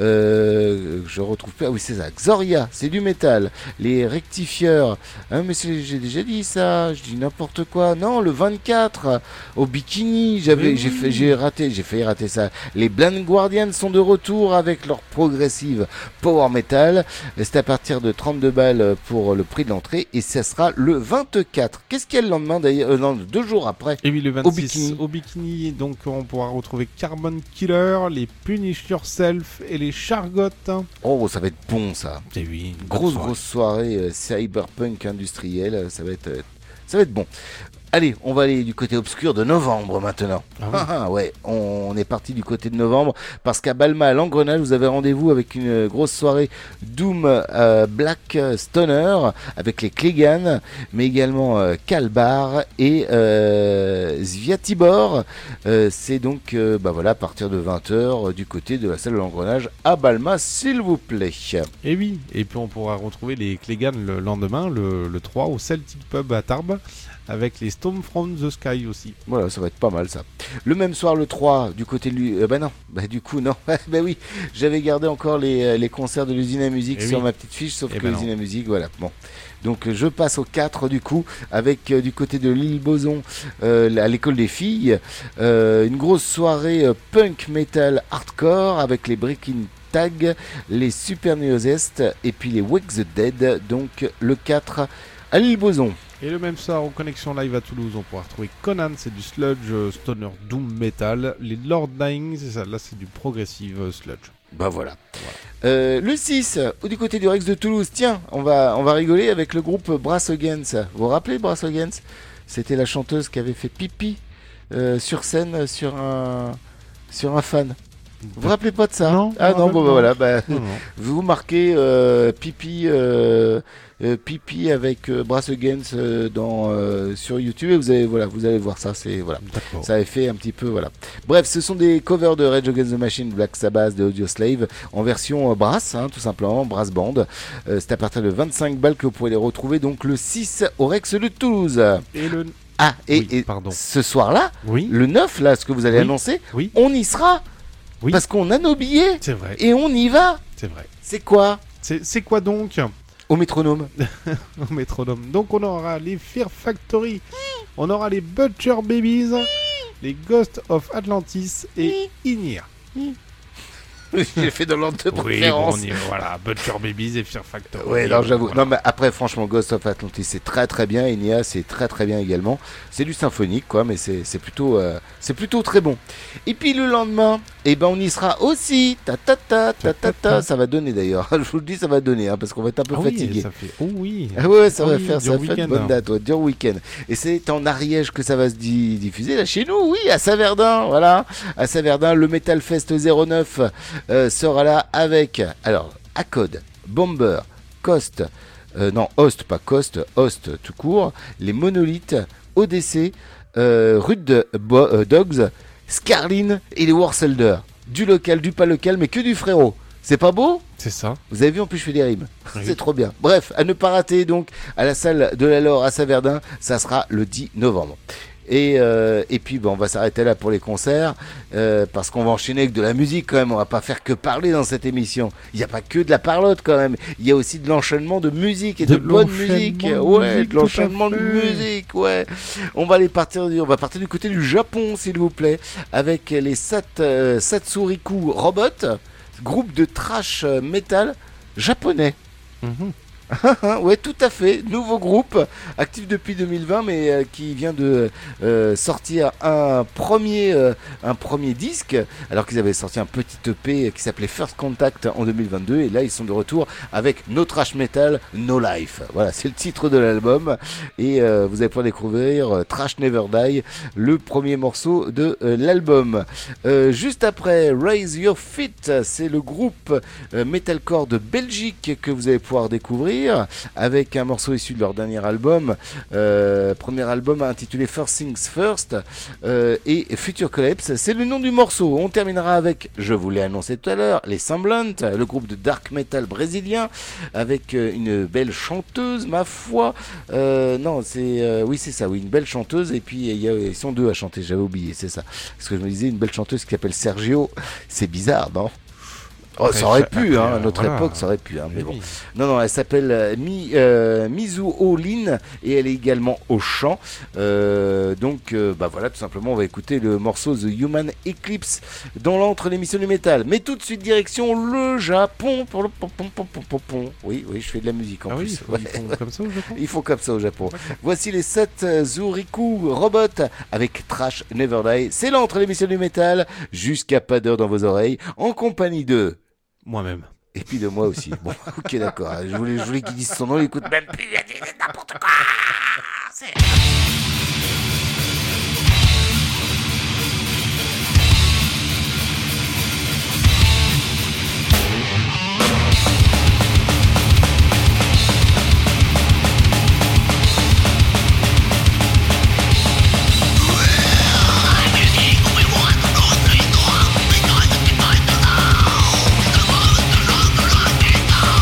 je retrouve pas, oui c'est ça, Xoria, c'est du métal, les Rectifieurs, hein, mais j'ai déjà dit ça, je dis n'importe quoi. Non, le 24 au Bikini, j'ai failli rater ça. Les Blind Guardians sont de retour avec leur progressive power metal. C'est à partir de 32 balles pour le prix de l'entrée, et ça sera le 24. Qu'est-ce qu'il y a le lendemain d'ailleurs, 2 jours après? Et oui, le 26 au Bikini, donc on pourra retrouver Carbon Killer, les Punish Yourself et les Chargottes. Oh, ça va être bon ça. Et oui, grosse soirée cyberpunk industriel, ça va être bon. Allez, on va aller du côté obscur de novembre maintenant. Ouais, on est parti du côté de novembre parce qu'à Balma, à l'Engrenage, vous avez rendez-vous avec une grosse soirée Doom Black Stoner avec les Clegane, mais également Kalbar et Sviatibor. C'est donc à partir de 20h du côté de la salle de l'Engrenage à Balma, s'il vous plaît. Et oui, et puis on pourra retrouver les Clegane le lendemain, le 3 au Celtic Pub à Tarbes, avec les Storm from the Sky aussi. Voilà, ça va être pas mal ça. Le même soir, le 3, du côté de du coup, non. Oui, j'avais gardé encore les concerts de l'usine à musique sur ma petite fiche, sauf que l'usine à musique, voilà. Bon. Donc je passe au 4 du coup, avec du côté de l'île Boson, à l'école des filles, une grosse soirée punk metal hardcore avec les Breaking Tag, les Super Neozest et puis les Wake the Dead, donc le 4 à l'île Boson. Et le même soir, en connexion live à Toulouse, on pourra retrouver Conan, c'est du sludge stoner doom metal. Les Lord Dying, c'est ça, là c'est du progressive sludge. Voilà. Le 6, du côté du Rex de Toulouse, tiens, on va rigoler avec le groupe Brass Against. Vous vous rappelez Brass Against? C'était la chanteuse qui avait fait pipi sur scène sur un fan. Vous vous rappelez pas de ça? Non. Ah non, bon, bah, voilà. Bah, Non. vous marquez Pipi avec Brass Against sur YouTube et vous allez voir ça. Ça avait fait un petit peu, voilà. Bref, ce sont des covers de Rage Against the Machine, Black Sabbath, de Audioslave en version brass, tout simplement, brass band. C'est à partir de 25 balles que vous pouvez les retrouver donc le 6 au Rex de Toulouse. Et le... Ah, et ce soir-là, le 9, là, ce que vous allez annoncer, on y sera. Oui. Parce qu'on a nos billets. C'est vrai. Et on y va. C'est vrai. C'est quoi? C'est quoi donc? Au métronome. Au métronome. Donc on aura les Fear Factory, on aura les Butcher Babies, les Ghosts of Atlantis et Inia. J'ai fait dans l'ordre de préférence. Oui, bon, voilà, Butcher Babies et Fear Factory. Ouais, non, j'avoue. Voilà. Non, mais après, franchement, Ghost of Atlantis, c'est très très bien. Inia, c'est très très bien également. C'est du symphonique, quoi, mais c'est plutôt très bon. Et puis le lendemain, on y sera aussi. Ça va donner d'ailleurs. Je vous le dis, ça va donner, parce qu'on va être un peu fatigué. Ça fait... Oh oui. Ah ouais, ça va faire une bonne date, dur week-end. Et c'est en Ariège que ça va se diffuser, là chez nous, oui, à Saverdun, voilà. À Saverdun, le Metal Fest 09 sera là avec, alors, Acode, Bomber, Host tout court, les Monolithes, ODC, Rude Dogs, Scarlin et les Warselder. Du local, du pas local, mais que du frérot. C'est pas beau? C'est ça. Vous avez vu, en plus je fais des rimes. Oui. C'est trop bien. Bref, à ne pas rater donc à la salle de la Laure à Saverdun, ça sera le 10 novembre. Et puis on va s'arrêter là pour les concerts parce qu'on va enchaîner avec de la musique quand même. On va pas faire que parler dans cette émission. Il n'y a pas que de la parlotte quand même. Il y a aussi de l'enchaînement de musique et de bonne musique. Ouais, de l'enchaînement de musique. Ouais. On va partir du côté du Japon, s'il vous plaît, avec les Satsuriku Robot, groupe de trash metal japonais. Ouais, tout à fait. Nouveau groupe, actif depuis 2020, mais qui vient de sortir un premier disque, alors qu'ils avaient sorti un petit EP qui s'appelait First Contact en 2022, et là ils sont de retour avec No Trash Metal, No Life. Voilà, c'est le titre de l'album, et vous allez pouvoir découvrir Trash Never Die, le premier morceau de l'album. Juste après, Raise Your Feet, c'est le groupe metalcore de Belgique que vous allez pouvoir découvrir avec un morceau issu de leur dernier album, premier album intitulé First Things First, et Future Collapse, c'est le nom du morceau. On terminera avec, je vous l'ai annoncé tout à l'heure, les Semblant, le groupe de dark metal brésilien, avec une belle chanteuse, ma foi. Oui, c'est ça, oui, une belle chanteuse, et puis ils sont deux à chanter, j'avais oublié, c'est ça. Parce que je me disais, une belle chanteuse qui s'appelle Sergio, c'est bizarre, non? Oh, ça aurait pu, à notre époque, ça aurait pu, mais bon. Non, elle s'appelle Mizuho Lin et elle est également au chant. Donc, voilà, tout simplement, on va écouter le morceau The Human Eclipse dans l'entre l'émission du métal. Mais tout de suite, direction le Japon pour le pom. Oui, je fais de la musique en plus. Ils font comme ça au Japon. Ils font comme ça au Japon. Voici les Satsuriku Robot avec Trash Never Die. C'est l'entre l'émission du métal jusqu'à pas d'heure dans vos oreilles en compagnie de moi-même. Et puis de moi aussi. Bon, ok, d'accord. Je voulais qu'il dise son nom, il écoute même plus, il a dit n'importe quoi.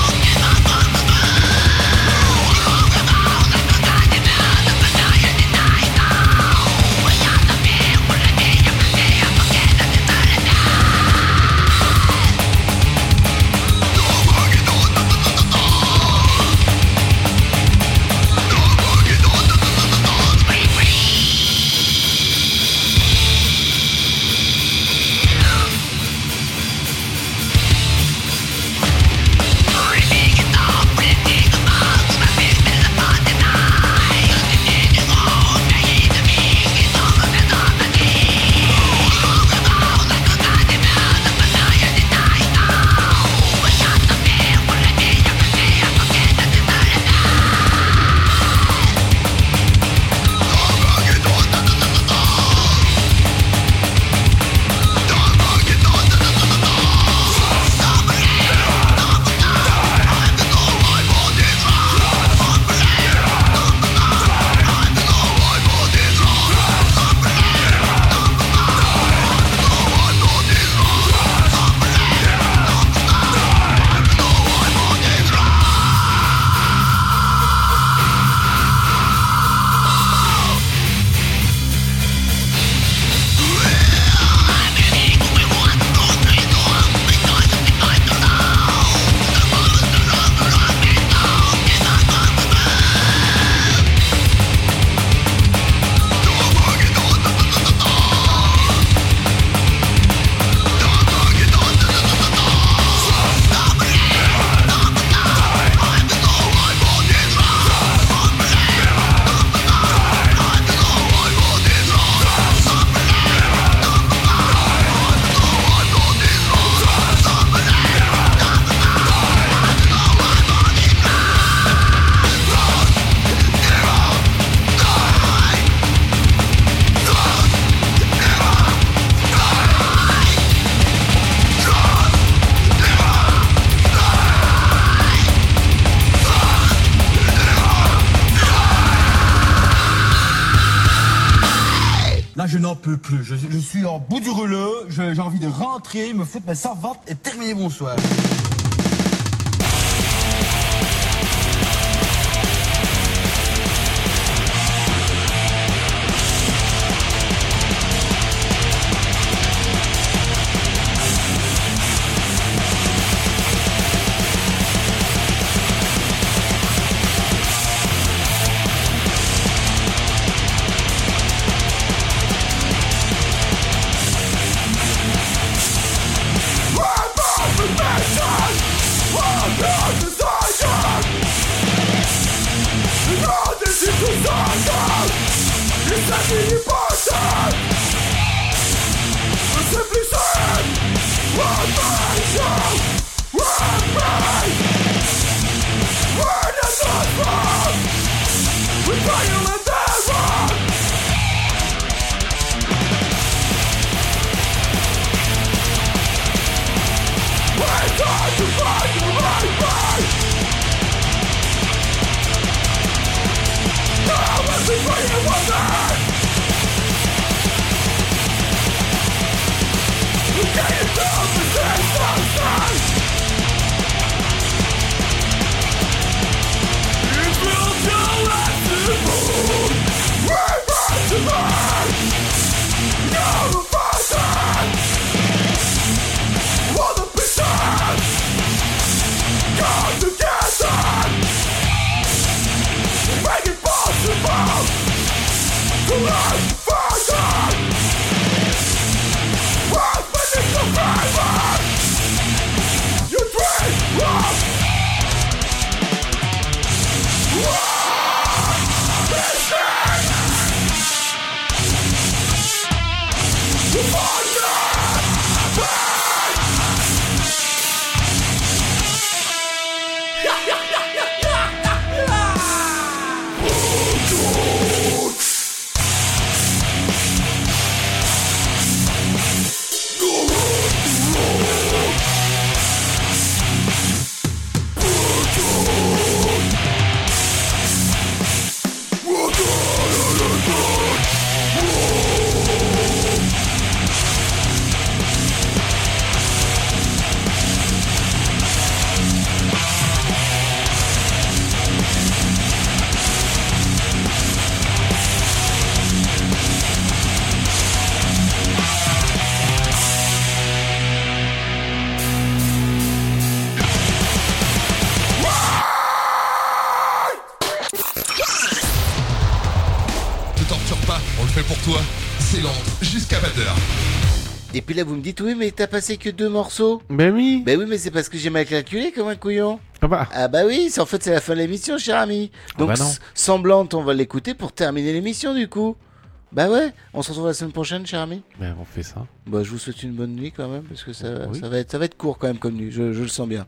Die. je n'en peux plus. Je suis en bout du rouleau. J'ai envie de rentrer, me foutre ma servante et terminer mon soir. Et puis là, vous me dites, oui, mais t'as passé que 2 morceaux. Ben oui. Ben oui, mais c'est parce que j'ai mal calculé comme un couillon. Ah bah oui, en fait, c'est la fin de l'émission, cher ami. Donc, non. Semblante, on va l'écouter pour terminer l'émission, du coup. Bah ouais, on se retrouve la semaine prochaine, cher ami. Ben on fait ça. Bah je vous souhaite une bonne nuit quand même, parce que ça Oui. va être court quand même comme nuit, je le sens bien.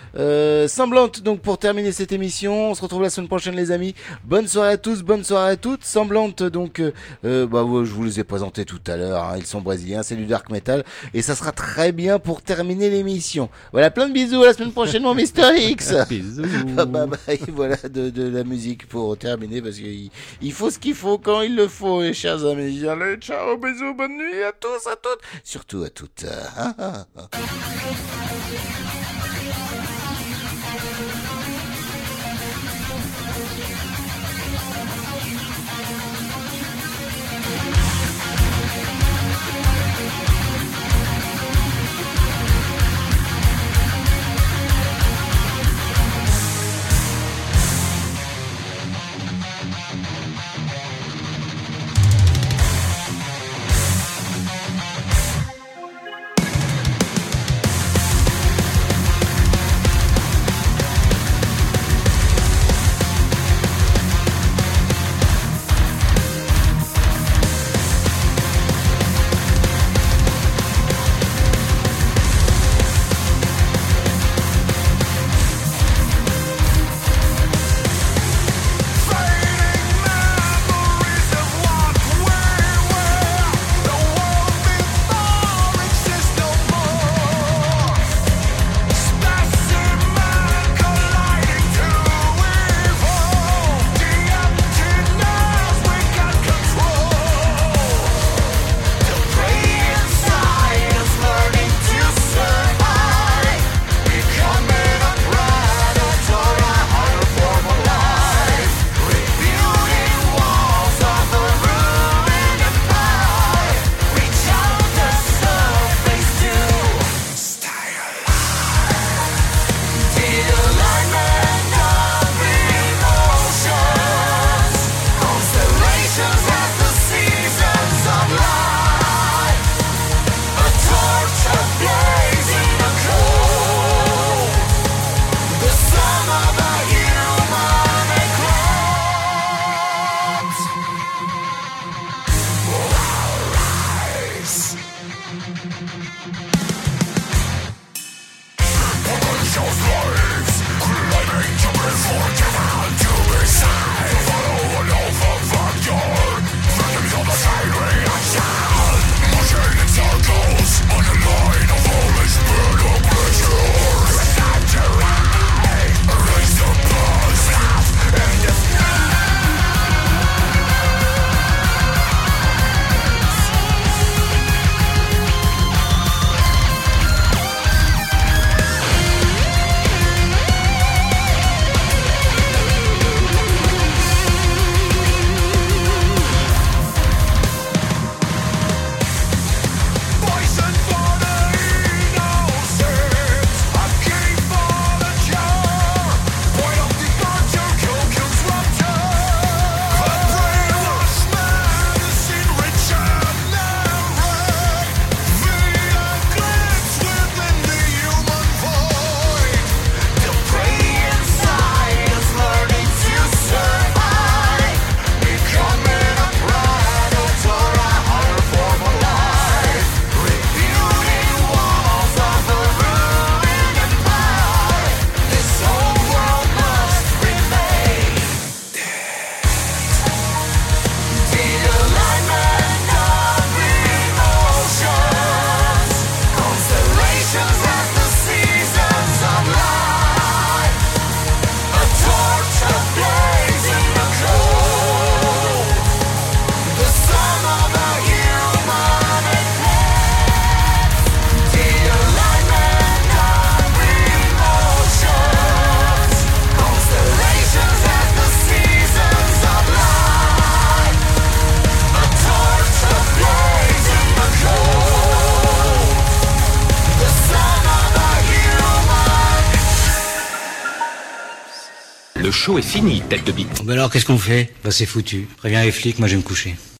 Semblante, donc pour terminer cette émission, on se retrouve la semaine prochaine les amis. Bonne soirée à tous, bonne soirée à toutes. Semblante, donc je vous les ai présentés tout à l'heure, hein. Ils sont brésiliens, c'est du dark metal, et ça sera très bien pour terminer l'émission. Voilà, plein de bisous, à la semaine prochaine mon Mister X. Bisous. Bye, voilà de la musique pour terminer, parce qu'il faut ce qu'il faut quand il le faut, et chers amis. Allez, ciao, bisous, bonne nuit à tous, à toutes, surtout à toutes. Le show est fini, tête de bite. Bon, alors qu'est-ce qu'on fait? Bah c'est foutu. Préviens les flics, moi je vais me coucher.